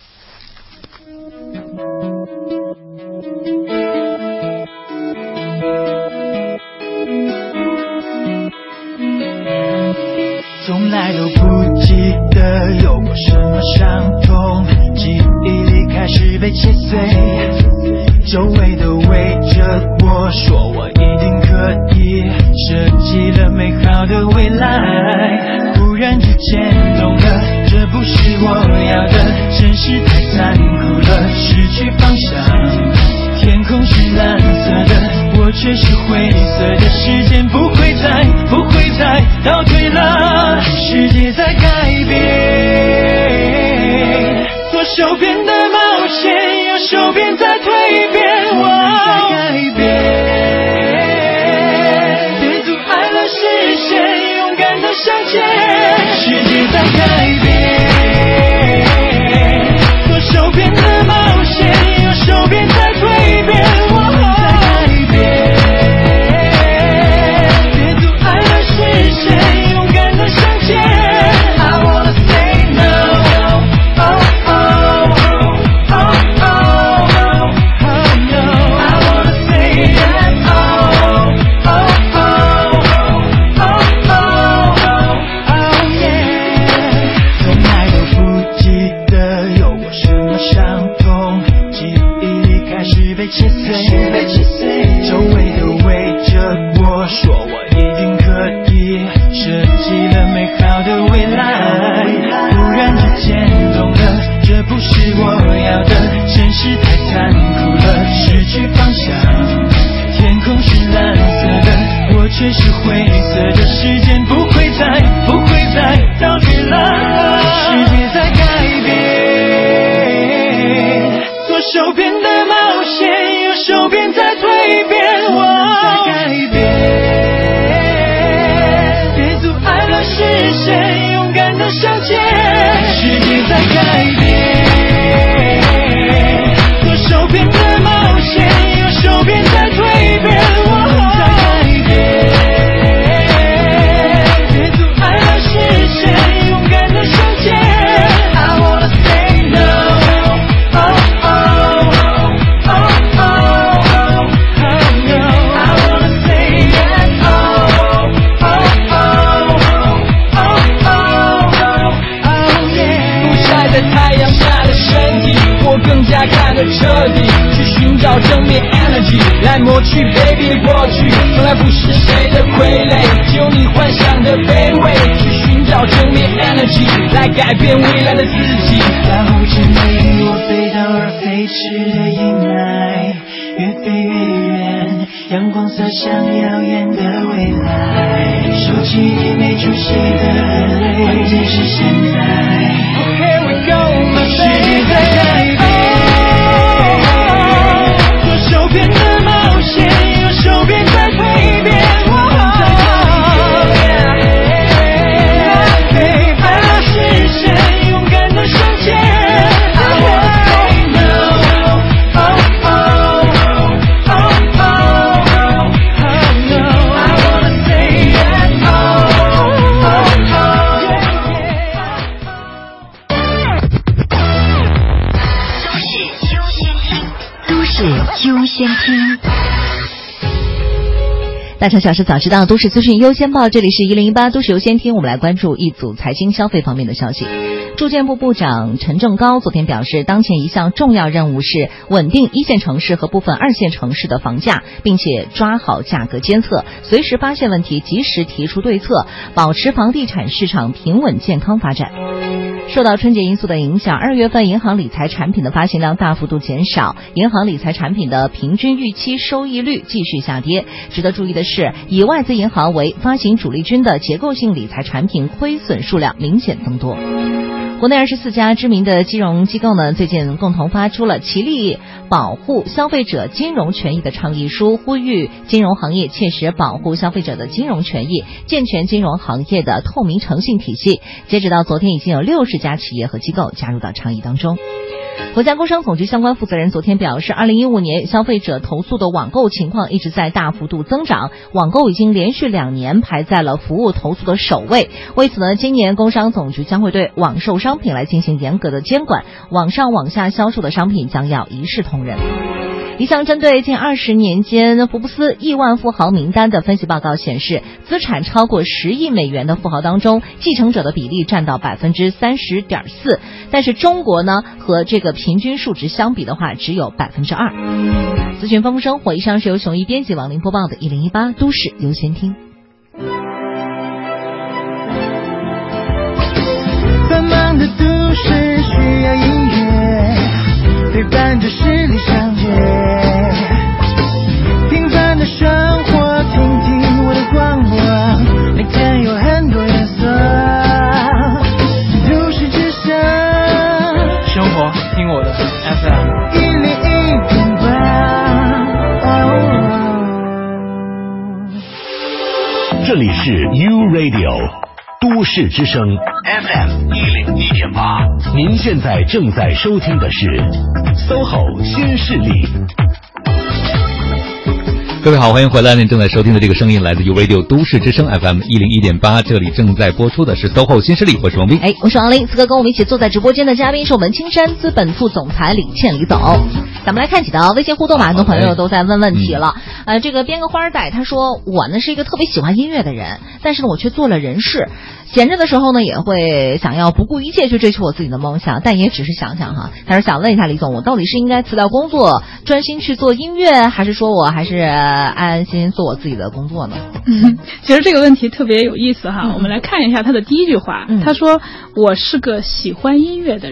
[SPEAKER 4] 从来都不记得有过什么伤痛，记忆里开始被切碎，周围都围着我说我一定可以设计了美好的未来，忽然之间懂了，这不是我要的，现实太残酷了，失去方向，天空是蓝色的，我却是灰色的，时间不会再不会再倒退了，世界在改变，左手边的冒险，右手边在蜕变，我在改变，别阻碍了视线，勇敢的向前，世界在改变，左手边的冒险，右手边在蜕变，我在改变，别阻碍了视线，勇敢的向前，I wanna say no。 却是灰色的时间不会再不会再倒退了，世界在改变，左手边的冒险，右手边在蜕变，我在改变，别阻碍了视线，勇敢的向前，世界在改变，左手边的冒险，右手边在蜕变，我在改变，别阻碍了视线，勇敢的向前。I wanna say no, oh oh oh oh oh oh no. I wanna say yes, oh oh oh oh oh oh yeah.
[SPEAKER 20] 不晒在太阳下的身体，我更加看得彻底，去寻找正面 energy 来抹去卑鄙的过去，从来不是谁的傀儡，只有你幻想的卑微，去寻找正面 energy 来改变未来的自己。
[SPEAKER 4] 然后只能与我背道而飞驰的阴霾，越飞越远，阳光洒向耀眼的未来，收起已没出息的泪，关键是现在。Here we go, my baby. 世界在改变，左手边的冒险，右手边在蜕变，我在改变，别阻碍了视线，勇敢的向前。I wanna say no, oh oh oh oh oh no. I wanna say yes, oh oh oh yeah.
[SPEAKER 9] 都市优先听，
[SPEAKER 1] 大城小事早知道，都市资讯优先报，这里是一零一八都市优先听，我们来关注一组财经消费方面的消息。住建部部长陈正高昨天表示，当前一项重要任务是稳定一线城市和部分二线城市的房价，并且抓好价格监测，随时发现问题及时提出对策，保持房地产市场平稳健康发展。受到春节因素的影响，二月份银行理财产品的发行量大幅度减少，银行理财产品的平均预期收益率继续下跌。值得注意的是，以外资银行为发行主力军的结构性理财产品亏损数量明显增多。国内二十四家知名的金融机构呢，最近共同发出了齐力保护消费者金融权益的倡议书，呼吁金融行业切实保护消费者的金融权益，健全金融行业的透明诚信体系。截止到昨天，已经有六十家企业和机构加入到倡议当中。国家工商总局相关负责人昨天表示，二零一五年消费者投诉的网购情况一直在大幅度增长，网购已经连续两年排在了服务投诉的首位。为此呢，今年工商总局将会对网售商品来进行严格的监管，网上网下销售的商品将要一视同仁。一项针对近二十年间福布斯亿万富豪名单的分析报告显示，资产超过十亿美元的富豪当中，继承者的比例占到百分之三十点四，但是中国呢和这个平均数值相比的话，只有百分之二。资讯丰富生活，以上是由熊一编辑王林播报的一零一八都市优先听。
[SPEAKER 4] 繁忙的都市需要音乐陪伴着十里长街，平凡的生活听听我的广播，每天有很多颜色，都市之声，
[SPEAKER 20] 生活听我的 F M
[SPEAKER 4] 一零一点八。
[SPEAKER 7] 这里是 U Radio 都市之声 F M 一零一点八，您现在正在收听的是 S O H O 新势力。
[SPEAKER 2] 各位好，欢迎回来。您正在收听的这个声音来自于 Radio 都市之声 F M 一零一点八，这里正在播出的是 S O H O 新势力，我是王斌。
[SPEAKER 1] 哎，我是王林。此刻跟我们一起坐在直播间的嘉宾是我们青山资本副总裁李倩李总。咱们来看几条微信互动吧，很多朋友都在问问题了。嗯、呃，这个编个花带，他说我呢是一个特别喜欢音乐的人，但是呢我却做了人事。闲着的时候呢，也会想要不顾一切去追求我自己的梦想，但也只是想想哈。但是想问一下李总，我到底是应该辞掉工作，专心去做音乐，还是说我还是安安心心做我自己的工作呢？
[SPEAKER 3] 嗯，其实这个问题特别有意思哈。嗯、我们来看一下他的第一句话，嗯、他说：“我是个喜欢音乐的人。”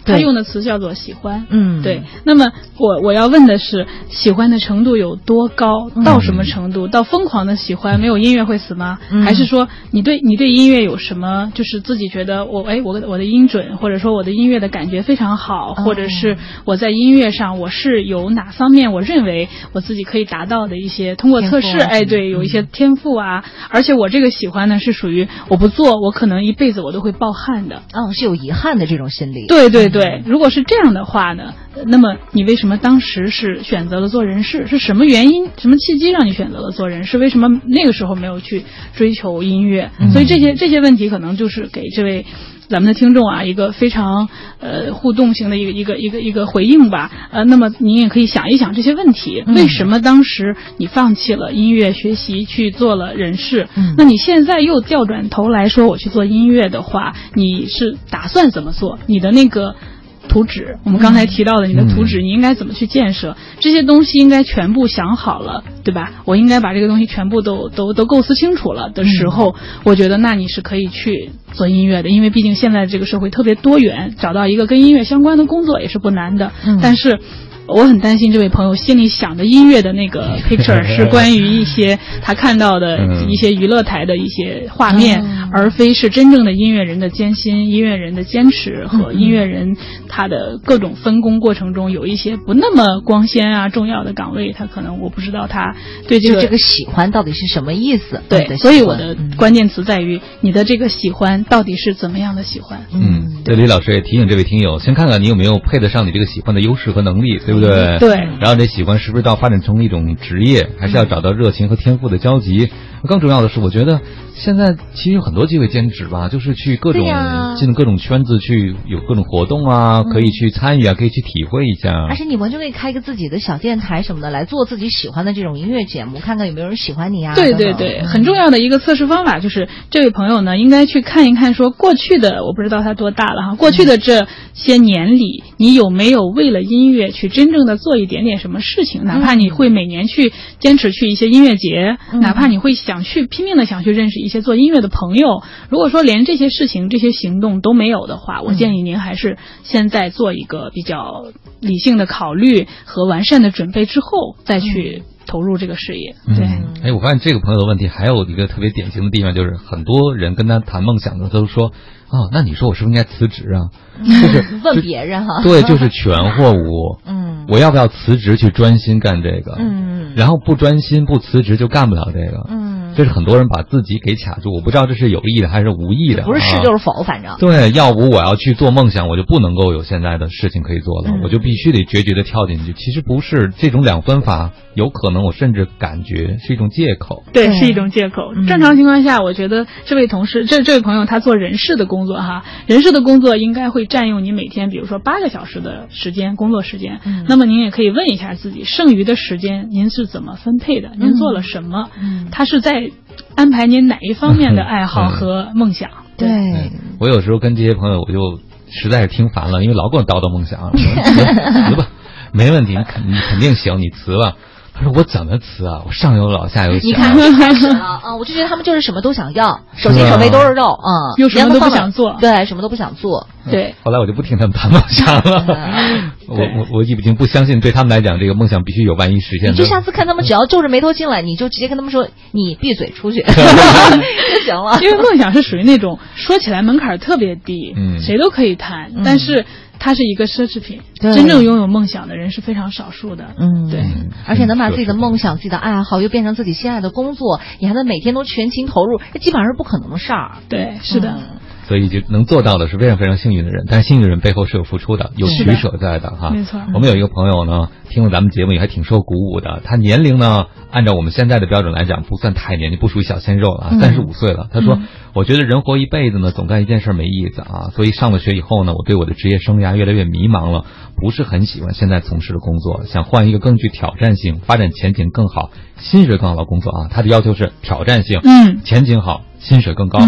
[SPEAKER 3] 他用的词叫做喜欢。嗯，对。那么我我要问的是，喜欢的程度有多高？到什么程度？嗯、到疯狂的喜欢，没有音乐会死吗？嗯、还是说你对你对音乐有什么，就是自己觉得我哎我我的音准，或者说我的音乐的感觉非常好，或者是我在音乐上我是有哪方面我认为我自己可以达到的一些通过测试，哎对，有一些天赋啊，嗯、而且我这个喜欢呢是属于我不做我可能一辈子我都会抱憾的。
[SPEAKER 1] 哦，是有遗憾的这种心理。
[SPEAKER 3] 对对对，嗯、如果是这样的话呢，那么你为什么当时是选择了做人事？是什么原因、什么契机让你选择了做人事？为什么那个时候没有去追求音乐？嗯、所以这些这些问题可能就是给这位咱们的听众啊一个非常呃互动型的一个一个一个一个回应吧。呃，那么您也可以想一想这些问题，嗯、为什么当时你放弃了音乐学习去做了人事？嗯、那你现在又调转头来说我去做音乐的话，你是打算怎么做？你的那个图纸，我们刚才提到的你的图纸，你应该怎么去建设？这些东西应该全部想好了，对吧？我应该把这个东西全部都都都构思清楚了的时候，我觉得那你是可以去做音乐的，因为毕竟现在这个社会特别多元，找到一个跟音乐相关的工作也是不难的。嗯、但是我很担心这位朋友心里想的音乐的那个 picture 是关于一些他看到的一些娱乐台的一些画面，嗯、而非是真正的音乐人的艰辛、音乐人的坚持和音乐人他的各种分工过程中有一些不那么光鲜啊重要的岗位，他可能我不知道他对这个
[SPEAKER 1] 这个喜欢到底是什么意思。
[SPEAKER 3] 对，所以我的关键词在于你的这个喜欢到底是怎么样的喜欢。
[SPEAKER 2] 嗯，对，李老师也提醒这位听友，先看看你有没有配得上你这个喜欢的优势和能力，对不对？
[SPEAKER 3] 对。
[SPEAKER 2] 然后这喜欢是不是到发展成一种职业，还是要找到热情和天赋的交集？更重要的是，我觉得现在其实有很多机会兼职吧，就是去各种、啊、进各种圈子去有各种活动啊、嗯，可以去参与啊，可以去体会一下。
[SPEAKER 1] 而且你完全可以开一个自己的小电台什么的，来做自己喜欢的这种音乐节目，看看有没有人喜欢你啊。
[SPEAKER 3] 对对对，嗯、很重要的一个测试方法就是，这位朋友呢应该去看一看，说过去的我不知道他多大了哈，过去的这些年里，你有没有为了音乐去真正的做一点点什么事情？哪怕你会每年去坚持去一些音乐节，嗯、哪怕你会想去拼命的想去认识一些做音乐的朋友，如果说连这些事情、这些行动都没有的话，我建议您还是现在做一个比较理性的考虑和完善的准备之后，再去投入这个事业。对，
[SPEAKER 2] 嗯、哎，我发现这个朋友的问题还有一个特别典型的地方，就是很多人跟他谈梦想的都说，哦，那你说我是不是应该辞职啊？就是
[SPEAKER 1] 问别人哈。
[SPEAKER 2] 对，就是全或无。嗯，我要不要辞职去专心干这个？嗯，然后不专心不辞职就干不了这个。嗯，这是很多人把自己给卡住，我不知道这是有意的还是无意的。
[SPEAKER 1] 不是是就是否，反正。
[SPEAKER 2] 对，要不我要去做梦想，我就不能够有现在的事情可以做了，嗯、我就必须得决绝的跳进去。其实不是这种两分法，有可能我甚至感觉是一种借口。
[SPEAKER 3] 对，是一种借口。嗯、正常情况下，我觉得这位同事，这这位朋友他做人事的工作哈，人事的工作应该会占用你每天比如说八个小时的时间工作时间。嗯、那么您也可以问一下自己，剩余的时间您是怎么分配的？嗯、您做了什么？嗯，他是在安排您哪一方面的爱好和梦想？
[SPEAKER 1] 嗯、对、
[SPEAKER 2] 嗯，我有时候跟这些朋友，我就实在是听烦了，因为老跟我叨叨梦想，辞辞吧，没问题，你肯你肯定行，你辞吧。他说我怎么辞啊？我上有老下有小。
[SPEAKER 1] 你看一开始了啊，我就觉得他们就是什么都想要，手心手背都是肉啊，
[SPEAKER 3] 又什么都不想做，
[SPEAKER 1] 对，什么都不想做，对。
[SPEAKER 2] 后来我就不听他们谈梦想了，我我我已经不相信，对他们来讲，这个梦想必须有万一实现的。
[SPEAKER 1] 你就下次看他们只要皱着眉头进来，你就直接跟他们说，你闭嘴出去就行了。
[SPEAKER 3] 因为梦想是属于那种说起来门槛特别低，嗯，谁都可以谈，嗯、但是。它是一个奢侈品，真正拥有梦想的人是非常少数的。嗯，对，
[SPEAKER 1] 而且能把自己的梦想、自己的爱好又变成自己心爱的工作，你还能每天都全情投入，这基本上是不可能的事儿。
[SPEAKER 3] 对，是的。
[SPEAKER 1] 嗯，
[SPEAKER 2] 所以就能做到的是非常非常幸运的人，但是幸运的人背后是有付出的，有取舍在的哈。
[SPEAKER 3] 没错。
[SPEAKER 2] 我们有一个朋友呢，听了咱们节目也还挺受鼓舞的。他年龄呢，按照我们现在的标准来讲，不算太年轻，不属于小鲜肉了，三十五岁了。他说、嗯：“我觉得人活一辈子呢，总干一件事没意思啊。所以上了学以后呢，我对我的职业生涯越来越迷茫了，不是很喜欢现在从事的工作，想换一个更具挑战性、发展前景更好、薪水更好的工作啊。他的要求是挑战性，嗯，前景好，薪水更高。嗯”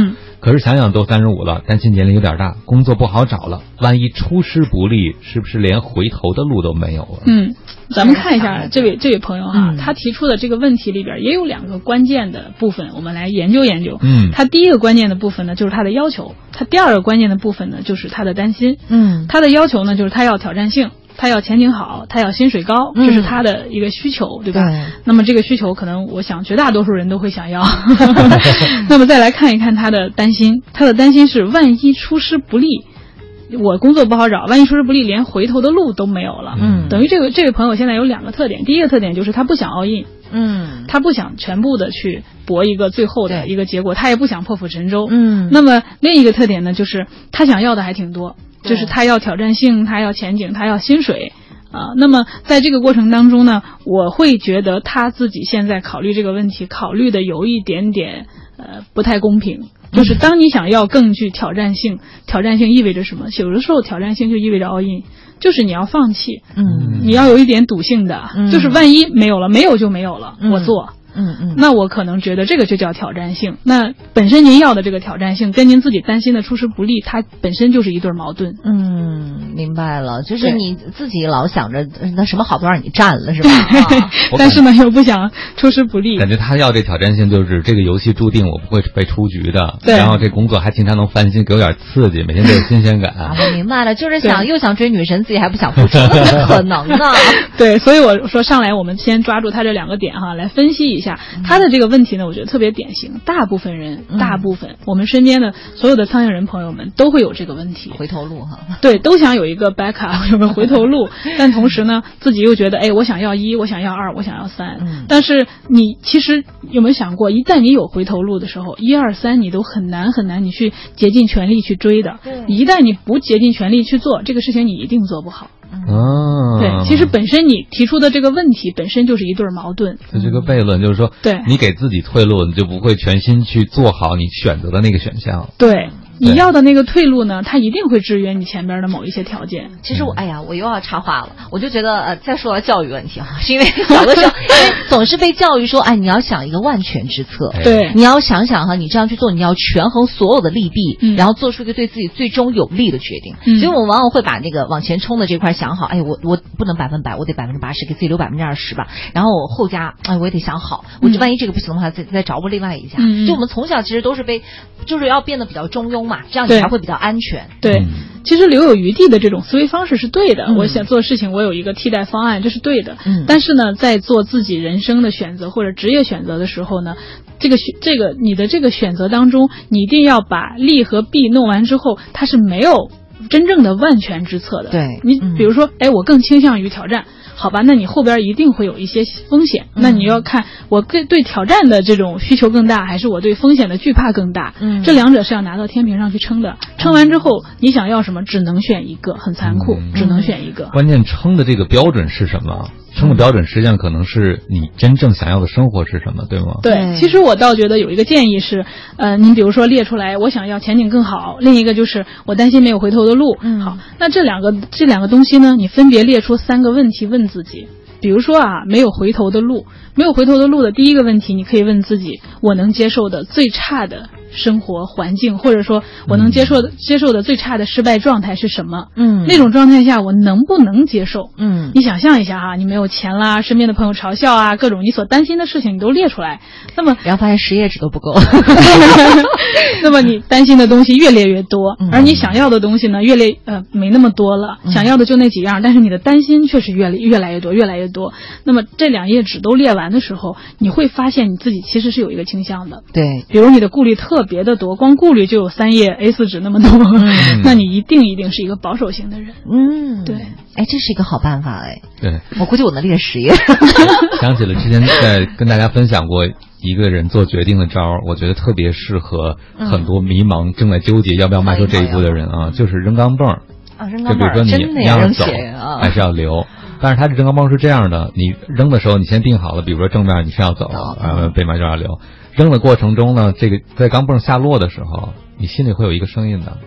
[SPEAKER 2] 可是想想都三十五了，担心年龄有点大，工作不好找了，万一出师不利，是不是连回头的路都没有了？
[SPEAKER 3] 嗯，咱们看一下这位这位朋友哈、啊嗯，他提出的这个问题里边也有两个关键的部分，我们来研究研究。
[SPEAKER 2] 嗯，
[SPEAKER 3] 他第一个关键的部分呢，就是他的要求；他第二个关键的部分呢，就是他的担心。
[SPEAKER 1] 嗯，
[SPEAKER 3] 他的要求呢，就是他要挑战性。他要前景好，他要薪水高，这是他的一个需求，嗯、对吧？
[SPEAKER 1] 对。
[SPEAKER 3] 那么这个需求，可能我想绝大多数人都会想要。那么再来看一看他的担心，他的担心是万一出师不利，我工作不好找，万一出师不利，连回头的路都没有了。
[SPEAKER 1] 嗯。
[SPEAKER 3] 等于这个这位朋友现在有两个特点，第一个特点就是他不想 all in。
[SPEAKER 1] 嗯。
[SPEAKER 3] 他不想全部的去搏一个最后的一个结果，他也不想破釜沉舟。
[SPEAKER 1] 嗯。
[SPEAKER 3] 那么另一个特点呢，就是他想要的还挺多。就是他要挑战性，他要前景，他要薪水啊、呃。那么在这个过程当中呢，我会觉得他自己现在考虑这个问题，考虑的有一点点呃不太公平。就是当你想要更具挑战性，挑战性意味着什么？有的时候挑战性就意味着 all in， 就是你要放弃，
[SPEAKER 1] 嗯，
[SPEAKER 3] 你要有一点赌性的，
[SPEAKER 1] 嗯、
[SPEAKER 3] 就是万一没有了，没有就没有了，
[SPEAKER 1] 嗯、
[SPEAKER 3] 我做。
[SPEAKER 1] 嗯嗯，
[SPEAKER 3] 那我可能觉得这个就叫挑战性。那本身您要的这个挑战性，跟您自己担心的出师不利，它本身就是一对矛盾。
[SPEAKER 1] 嗯，明白了，就是你自己老想着那什么好都让你占了，是吧？
[SPEAKER 3] 啊、但是呢，又不想出师不利。
[SPEAKER 2] 感觉他要这挑战性，就是这个游戏注定我不会被出局的，
[SPEAKER 3] 对。
[SPEAKER 2] 然后这工作还经常能翻新，给我点刺激，每天都有新鲜感。
[SPEAKER 1] 啊，我明白了，就是想又想追女神，自己还不想付出，怎么可能呢？
[SPEAKER 3] 对，所以我说上来，我们先抓住他这两个点哈，来分析一下他的这个问题呢，我觉得特别典型，大部分人，
[SPEAKER 1] 嗯、
[SPEAKER 3] 大部分我们身边的所有的苍蝇人朋友们都会有这个问题，
[SPEAKER 1] 回头路哈。
[SPEAKER 3] 对，都想有一个 backup， 有个回头路，但同时呢，自己又觉得，哎，我想要一，我想要二，我想要三。
[SPEAKER 1] 嗯、
[SPEAKER 3] 但是你其实有没有想过，一旦你有回头路的时候，一二三你都很难很难，你去竭尽全力去追的。一旦你不竭尽全力去做这个事情，你一定做不好。
[SPEAKER 2] 哦，
[SPEAKER 3] 对，其实本身你提出的这个问题本身就是一对矛盾，
[SPEAKER 2] 这是个悖论，就是说，
[SPEAKER 3] 对，
[SPEAKER 2] 你给自己退路，你就不会全心去做好你选择的那个选项。
[SPEAKER 3] 对。你要的那个退路呢，它一定会制约你前边的某一些条件。
[SPEAKER 1] 其实我，哎呀，我又要插话了。我就觉得，呃，再说到教育问题哈，是因为小的时候，因为总是被教育说，哎，你要想一个万全之策，
[SPEAKER 3] 对，
[SPEAKER 1] 你要想想哈，你这样去做，你要权衡所有的利弊，
[SPEAKER 3] 嗯、
[SPEAKER 1] 然后做出一个对自己最终有利的决定。
[SPEAKER 3] 嗯、
[SPEAKER 1] 所以我们往往会把那个往前冲的这块想好，哎，我我不能百分百，我得百分之八十，给自己留百分之二十吧。然后我后加，哎，我也得想好，我这万一这个不行的话，再再找补另外一家。
[SPEAKER 3] 嗯、
[SPEAKER 1] 就我们从小其实都是被，就是要变得比较中庸嘛，这样你才会比较安全。
[SPEAKER 3] 对，
[SPEAKER 2] 嗯、
[SPEAKER 3] 其实留有余地的这种思维方式是对的。
[SPEAKER 1] 嗯、
[SPEAKER 3] 我想做事情，我有一个替代方案，这是对的。
[SPEAKER 1] 嗯，
[SPEAKER 3] 但是呢，在做自己人生的选择或者职业选择的时候呢，这个这个你的这个选择当中，你一定要把利和弊弄完之后，它是没有真正的万全之策的。
[SPEAKER 1] 对，
[SPEAKER 3] 你比如说，哎，我更倾向于挑战。好吧，那你后边一定会有一些风险，
[SPEAKER 1] 嗯、
[SPEAKER 3] 那你要看我对对挑战的这种需求更大，还是我对风险的惧怕更大。
[SPEAKER 1] 嗯，
[SPEAKER 3] 这两者是要拿到天平上去称的，称完之后，你想要什么，只能选一个，很残酷，
[SPEAKER 2] 嗯、
[SPEAKER 3] 只能选一个。
[SPEAKER 2] 关键称的这个标准是什么？称的标准实际上可能是你真正想要的生活是什么，对吗？
[SPEAKER 3] 对，其实我倒觉得有一个建议是，呃，您比如说列出来，我想要前景更好，另一个就是我担心没有回头的路。
[SPEAKER 1] 嗯，
[SPEAKER 3] 好，那这两个这两个东西呢，你分别列出三个问题问自己。比如说啊，没有回头的路，没有回头的路的第一个问题，你可以问自己，我能接受的最差的生活环境，或者说我能接受的、嗯、接受的最差的失败状态是什么？
[SPEAKER 1] 嗯，
[SPEAKER 3] 那种状态下我能不能接受？
[SPEAKER 1] 嗯，
[SPEAKER 3] 你想象一下哈，你没有钱啦，身边的朋友嘲笑啊，各种你所担心的事情你都列出来，那么
[SPEAKER 1] 然后发现十页纸都不够，
[SPEAKER 3] 那么你担心的东西越列越多，
[SPEAKER 1] 嗯、
[SPEAKER 3] 而你想要的东西呢，越列呃没那么多了，
[SPEAKER 1] 嗯、
[SPEAKER 3] 想要的就那几样，但是你的担心却是越来越来越多，越来越多。那么这两页纸都列完的时候，你会发现你自己其实是有一个倾向的。
[SPEAKER 1] 对，
[SPEAKER 3] 比如你的顾虑特别的多，光顾虑就有三页 A 四 纸那么多，
[SPEAKER 1] 嗯、
[SPEAKER 3] 那你一定一定是一个保守型的人。
[SPEAKER 1] 嗯，
[SPEAKER 3] 对，
[SPEAKER 1] 哎，这是一个好办法哎。
[SPEAKER 2] 对，
[SPEAKER 1] 我估计我能列十页。
[SPEAKER 2] 想起了之前在跟大家分享过一个人做决定的招，我觉得特别适合很多迷茫、正在纠结要不要迈出这一步的人啊，就是扔钢镚儿。
[SPEAKER 1] 啊，扔钢镚儿，
[SPEAKER 2] 就比如说你要走还是要留。但是它的扔钢镚是这样的，你扔的时候你先定好了，比如说正面你是要走，呃，背面就要留。扔的过程中呢，这个在钢镚下落的时候，你心里会有一个声音的，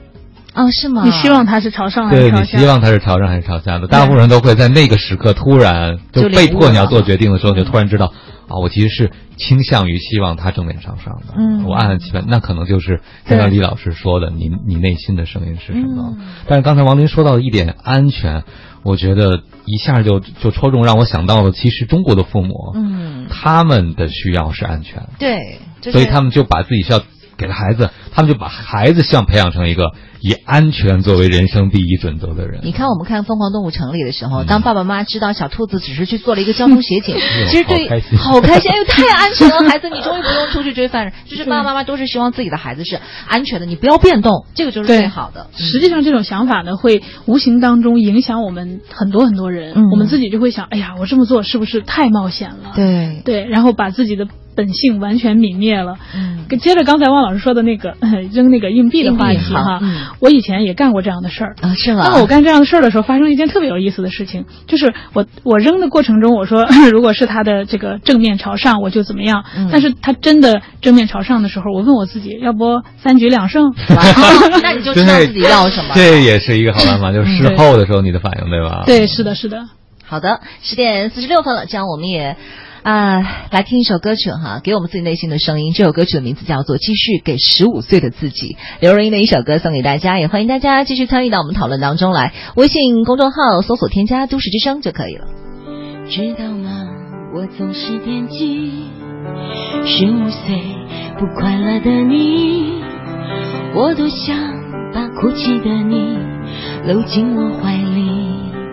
[SPEAKER 1] 哦，是吗？
[SPEAKER 3] 你希望它是朝上还是
[SPEAKER 2] 对，
[SPEAKER 3] 朝下？
[SPEAKER 2] 你希望它是朝上还是朝下的？大部分人都会在那个时刻突然就被迫你要做决定的时候，你就突然知道啊，我其实是倾向于希望它正面朝上的。嗯，我暗暗期盼，那可能就是刚刚李老师说的，你你内心的声音是什么？嗯、但是刚才王林说到的一点安全，我觉得一下就就戳中，让我想到了，其实中国的父母，嗯，他们的需要是安全，
[SPEAKER 1] 对，就是、
[SPEAKER 2] 所以他们就把自己需要给了孩子，他们就把孩子像培养成一个以安全作为人生第一准则的人。
[SPEAKER 1] 你看我们看《疯狂动物城》里的时候，嗯、当爸爸妈妈知道小兔子只是去做了一个交通协警，其实对好开心，哎呦太安全了，孩子你终于不用出去追犯人。就是爸爸妈妈都是希望自己的孩子是安全的，你不要变动，这个就是最好的。
[SPEAKER 3] 实际上这种想法呢，会无形当中影响我们很多很多人，嗯、我们自己就会想，哎呀，我这么做是不是太冒险了？
[SPEAKER 1] 对
[SPEAKER 3] 对，然后把自己的本性完全泯灭了。嗯，接着刚才汪老师说的那个扔那个硬币的话题哈，嗯、我以前也干过这样的事儿
[SPEAKER 1] 啊，是吗？
[SPEAKER 3] 当我干这样的事儿的时候，发生一件特别有意思的事情，就是我我扔的过程中，我说如果是他的这个正面朝上，我就怎么样。嗯、但是他真的正面朝上的时候，我问我自己，要不三局两胜？
[SPEAKER 1] 哦、那你就知道自己要什么。
[SPEAKER 2] 这也是一个好办法，就是事后的时候你的反应，对吧？
[SPEAKER 3] 对，是的，是的。
[SPEAKER 1] 好的，十点四十六分了，这样我们也。啊，来听一首歌曲哈，给我们自己内心的声音。这首歌曲的名字叫做《继续给十五岁的自己》，刘若英的一首歌送给大家，也欢迎大家继续参与到我们讨论当中来。微信公众号搜索添加都市之声就可以了。
[SPEAKER 8] 知道吗？我总是惦记十五岁不快乐的你，我多想把哭泣的你搂进我怀里，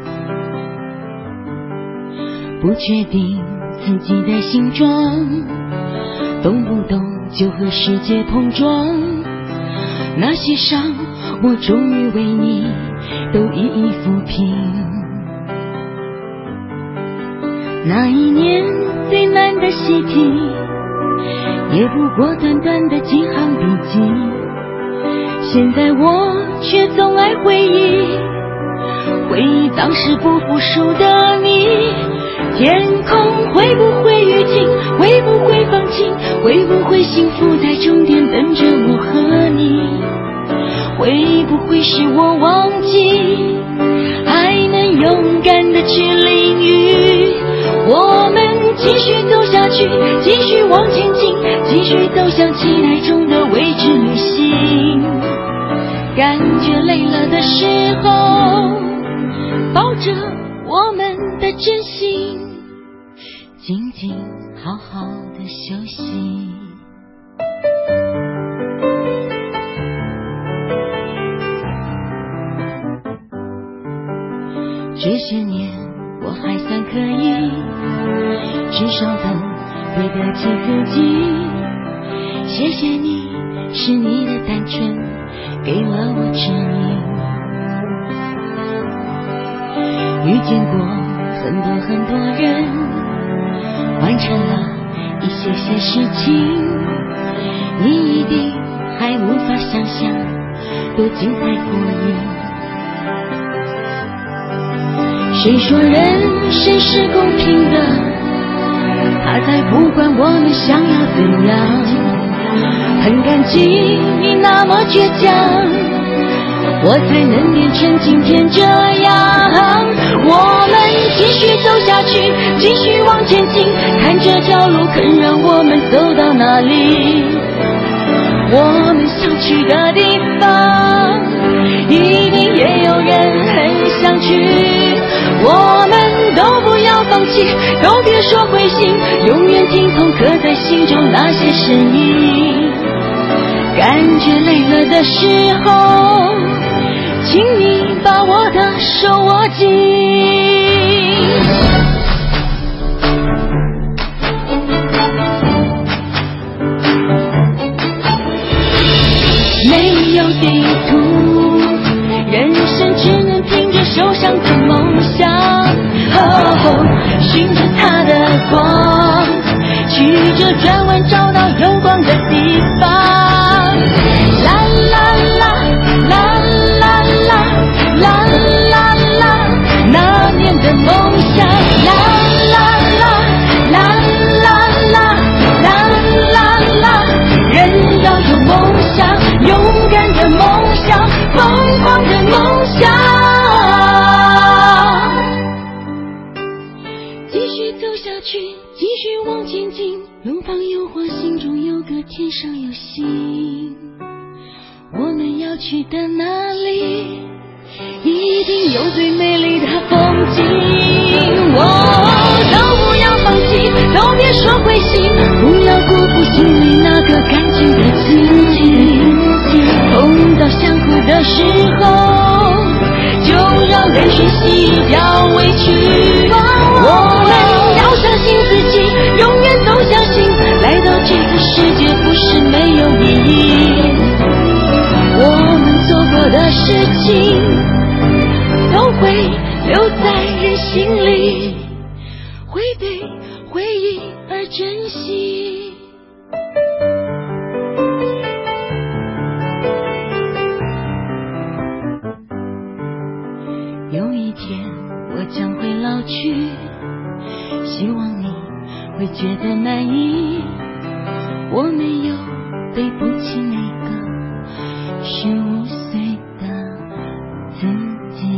[SPEAKER 8] 不确定自己的形状，动不动就和世界碰撞，那些伤我终于为你都一一抚平。那一年最难的习题，也不过短短的几行笔记，现在我却总爱回忆，回忆当时不服输的你。天空会不会雨停，会不会放晴，会不会幸福在终点等着我和你，会不会是我忘记，还能勇敢的去淋雨。我们继续走下去，继续往前进，继续走向期待中的未知旅行。感觉累了的时候，抱着我们的真心，静静好好的休息。这些年我还算可以，至少都对得起自己。谢谢你，是你的单纯给了我指引。遇见过很多很多人，完成了一些些事情，你一定还无法想象多精彩过瘾。谁说人生是公平的，他才不管我们想要怎样。很感激你那么倔强，我才能变成今天这样。我们继续走下去，继续往前进，看这条路肯让我们走到哪里。我们想去的地方，一定也有人很想去。我们都不要放弃，都别说灰心，永远听从刻在心中那些声音。感觉累了的时候，请你把我的手握紧。没有地图，人生只能凭着手上的梦想。哦，循着它的光，曲折转弯找到有光的地方。啦啦啦啦啦啦啦啦啦，那年的梦想。啦啦啦啦啦啦啦啦啦，人要有梦想，勇敢的梦想，风上有星，我们要去的那里一定有最美丽的风景。哦，都不要放弃，都别说灰心，不要辜负心里那个干净的自己。碰到想哭的时候，就让泪水洗掉委屈。我们要相信自己，永远都相信，来到这个世界不是没有意义。我们做过的事情都会留在人心里，会被回忆而珍惜。有一天我将会老去，希望你会觉得满意，我没有对不起那个十五岁的自己。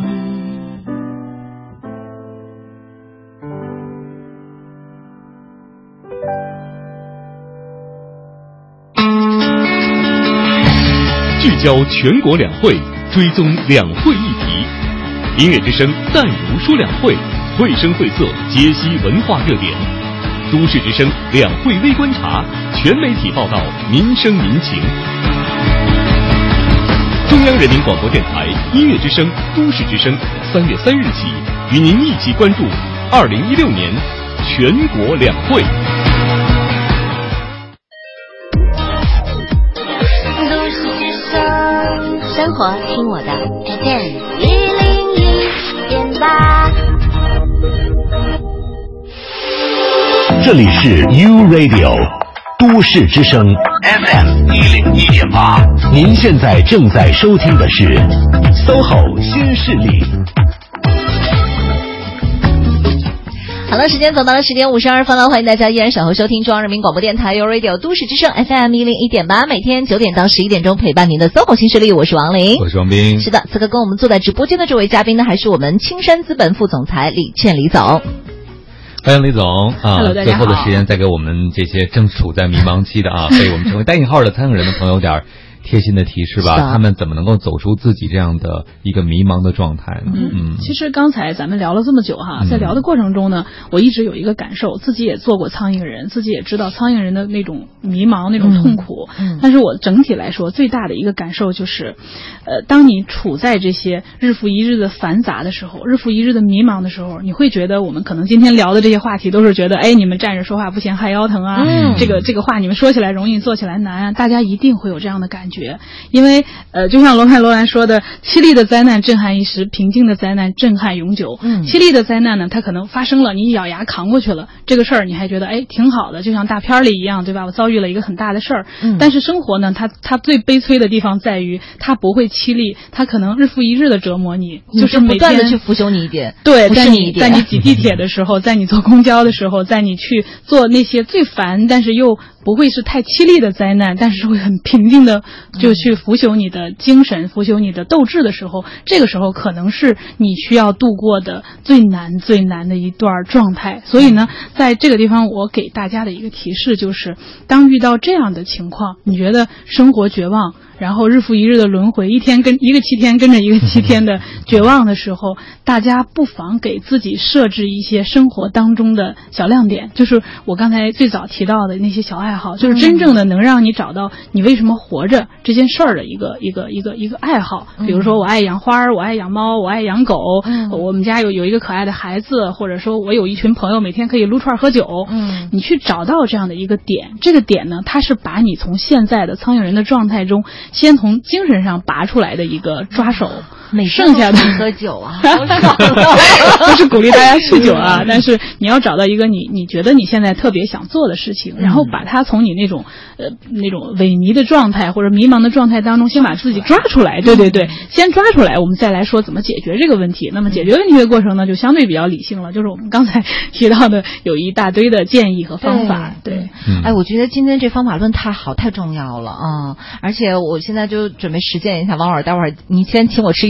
[SPEAKER 21] 聚焦全国两会，追踪两会议题。音乐之声淡如说两会，绘声绘色解析文化热点。都市之声两会微观察，全媒体报道民生民情。中央人民广播电台音乐之声都市之声三月三日起与您一起关注二零一六年全国两会。
[SPEAKER 9] 都市之声，生活听我的 F M 一零一点八。
[SPEAKER 7] 这里是 U Radio 都市之声 F M 一零一点八，您现在正在收听的是 S O H O 新势力。
[SPEAKER 1] 好了，时间走到了十点五十二分了，欢迎大家依然守候收听中央人民广播电台 U Radio 都市之声 F M 一零一点八，每天九点到十一点钟陪伴您的 S O H O 新势力，我是王琳，
[SPEAKER 2] 我是王斌。
[SPEAKER 1] 是的，此刻跟我们坐在直播间的这位嘉宾呢，还是我们青山资本副总裁李倩李总。
[SPEAKER 2] 欢迎李总啊！
[SPEAKER 1] Hello，
[SPEAKER 2] 最后的时间再给我们这些正处在迷茫期的啊，被我们称为带引号的苍蝇人的朋友点贴心的提示吧，他们怎么能够走出自己这样的一个迷茫的状态呢？
[SPEAKER 3] 嗯，嗯其实刚才咱们聊了这么久哈，在聊的过程中呢，我一直有一个感受，自己也做过苍蝇人，自己也知道苍蝇人的那种迷茫、那种痛苦。嗯，但是我整体来说，最大的一个感受就是，呃，当你处在这些日复一日的繁杂的时候，日复一日的迷茫的时候，你会觉得我们可能今天聊的这些话题都是觉得，哎，你们站着说话不嫌害腰疼啊，嗯、这个这个话你们说起来容易，做起来难啊，大家一定会有这样的感觉。因为呃，就像罗汉罗兰说的，凄厉的灾难震撼一时，平静的灾难震撼永久。嗯，凄厉的灾难呢，它可能发生了，你咬牙扛过去了，这个事儿你还觉得哎挺好的，就像大片里一样，对吧？我遭遇了一个很大的事儿。嗯，但是生活呢，它它最悲催的地方在于，它不会凄厉，它可能日复一日的折磨你，就是
[SPEAKER 1] 不断的去腐朽你一点。
[SPEAKER 3] 对，在你在你挤地铁的时候，在你坐公交的时候，在你去做那些最烦但是又不会是太凄厉的灾难，但是会很平静的就去腐朽你的精神，腐朽你的斗志的时候，这个时候可能是你需要度过的最难最难的一段状态。所以呢，在这个地方我给大家的一个提示就是，当遇到这样的情况，你觉得生活绝望，然后日复一日的轮回，一天跟一个七天跟着一个七天的绝望的时候，大家不妨给自己设置一些生活当中的小亮点，就是我刚才最早提到的那些小爱好，就是真正的能让你找到你为什么活着这件事儿的一个一个一个一个爱好。比如说我爱养花，我爱养猫，我爱养狗，嗯、我们家有有一个可爱的孩子，或者说我有一群朋友每天可以撸串喝酒。嗯，你去找到这样的一个点，这个点呢，它是把你从现在的苍蝇人的状态中先从精神上拔出来的一个抓手。
[SPEAKER 1] 每
[SPEAKER 3] 剩下的
[SPEAKER 1] 喝酒啊，
[SPEAKER 3] 不是鼓励大家酗酒啊，但是你要找到一个你你觉得你现在特别想做的事情，然后把它从你那种呃那种萎靡的状态或者迷茫的状态当中，先把自己抓出来。对对对，先抓出来，我们再来说怎么解决这个问题。那么解决问题的过程呢，就相对比较理性了，就是我们刚才提到的有一大堆的建议和方法。对，对
[SPEAKER 1] 嗯、哎，我觉得今天这方法论太好太重要了啊、嗯！而且我现在就准备实践一下，王老师，待会儿你先请我吃一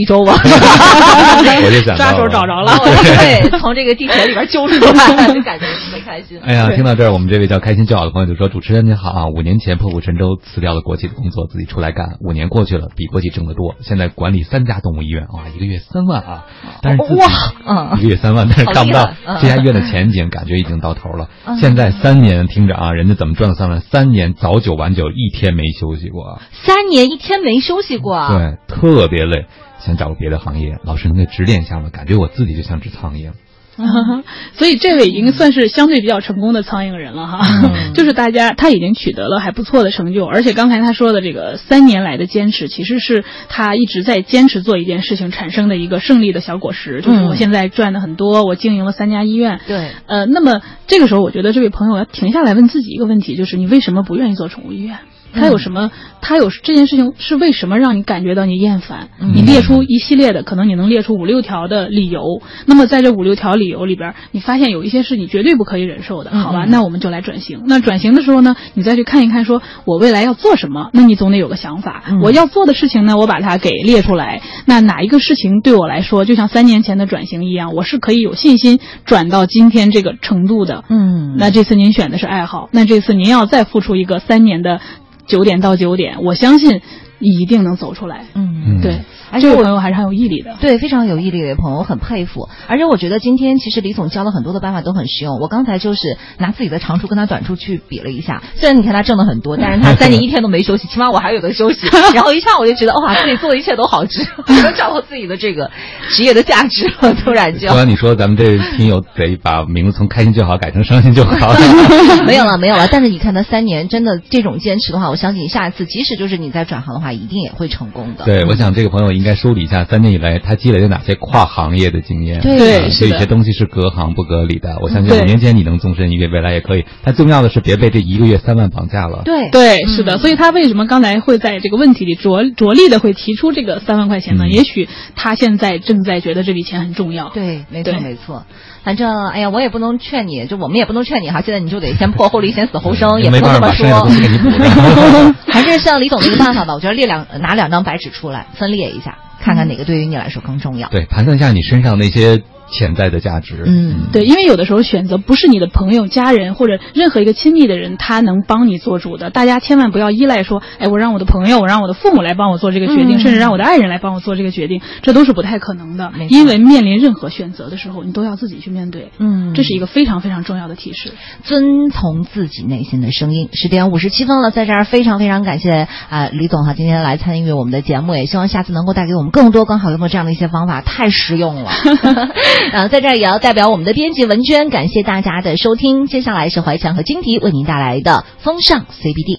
[SPEAKER 3] 周吧。
[SPEAKER 2] 我就想
[SPEAKER 3] 抓手找着了，
[SPEAKER 1] 对，从这个地铁里边揪出来，就感觉特别开心。
[SPEAKER 2] 哎呀，听到这儿，我们这位叫开心就好的朋友就说：“主持人您好啊，五年前破釜沉舟辞掉了国企的工作，自己出来干，五年过去了，比国企挣得多，现在管理三家动物医院，哇，一个月三万啊！但是自己
[SPEAKER 1] 哇，
[SPEAKER 2] 一个月三万，但是看不到这家医院的前景，感觉已经到头了。现在三年，听着啊，人家怎么赚了三万？三年早九晚九，一天没休息过啊！
[SPEAKER 1] 三年一天没休息过啊！
[SPEAKER 2] 对，特别累。”想找个别的行业，老师能给指点一下吗？感觉我自己就像只苍蝇。
[SPEAKER 3] 所以这位已经算是相对比较成功的苍蝇人了哈，嗯、就是大家他已经取得了还不错的成就，而且刚才他说的这个三年来的坚持，其实是他一直在坚持做一件事情产生的一个胜利的小果实，就是我现在赚的很多，我经营了三家医院。
[SPEAKER 1] 对，
[SPEAKER 3] 呃，那么这个时候我觉得这位朋友要停下来问自己一个问题，就是你为什么不愿意做宠物医院？他有什么？他有这件事情是为什么让你感觉到你厌烦？嗯、你列出一系列的，可能你能列出五六条的理由。那么在这五六条理由里边，你发现有一些是你绝对不可以忍受的，好吧？嗯、那我们就来转型。那转型的时候呢，你再去看一看，说我未来要做什么？那你总得有个想法。嗯、我要做的事情呢，我把它给列出来。那哪一个事情对我来说，就像三年前的转型一样，我是可以有信心转到今天这个程度的。嗯，那这次您选的是爱好，那这次您要再付出一个三年的。九点到九点，我相信你一定能走出来。嗯，对。而且这位朋友还是很有毅力的，
[SPEAKER 1] 对，非常有毅力的朋友，我很佩服。而且我觉得今天其实李总教了很多的办法都很实用。我刚才就是拿自己的长处跟他短处去比了一下，虽然你看他挣的很多，但是他三年一天都没休息，起码我还有的休息。然后一下我就觉得哇，自己做的一切都好值，能找到自己的这个职业的价值了。突然就，
[SPEAKER 2] 刚刚你说咱们这听友得把名字从开心就好改成伤心就好了，
[SPEAKER 1] 没有了没有了。但是你看他三年真的这种坚持的话，我相信下一次即使就是你在转行的话，一定也会成功的。
[SPEAKER 2] 对，我想这个朋友应该梳理一下三年以来他积累了哪些跨行业的经验。
[SPEAKER 1] 对，
[SPEAKER 2] 有一些东西是隔行不隔离的。我相信五年前你能纵身一跃，未来也可以。但重要的是别被这一个月三万绑架了。
[SPEAKER 1] 对
[SPEAKER 3] 对，是的。所以他为什么刚才会在这个问题里着着力的会提出这个三万块钱呢？嗯、也许他现在正在觉得这笔钱很重要。
[SPEAKER 1] 对，没错没错。反正哎呀，我也不能劝你，就我们也不能劝你哈。现在你就得先破后立，先死后生，也不能这么说。还是像李总这个办法吧，我觉得列两拿两张白纸出来，分列一下，看看哪个对于你来说更重要。
[SPEAKER 2] 对，盘算一下你身上那些潜在的价值。
[SPEAKER 3] 嗯，对，因为有的时候选择不是你的朋友、家人或者任何一个亲密的人，他能帮你做主的。大家千万不要依赖说，哎，我让我的朋友，我让我的父母来帮我做这个决定，嗯、甚至让我的爱人来帮我做这个决定，这都是不太可能的。因为面临任何选择的时候，你都要自己去面对。嗯，这是一个非常非常重要的提示。
[SPEAKER 1] 遵从自己内心的声音。十点五十七分了，在这儿非常非常感谢啊、呃、李总哈，今天来参与我们的节目，也希望下次能够带给我们更多更好的这样的一些方法，太实用了。呃，在这儿也要代表我们的编辑文娟感谢大家的收听。接下来是怀强和金迪为您带来的风尚 C B D。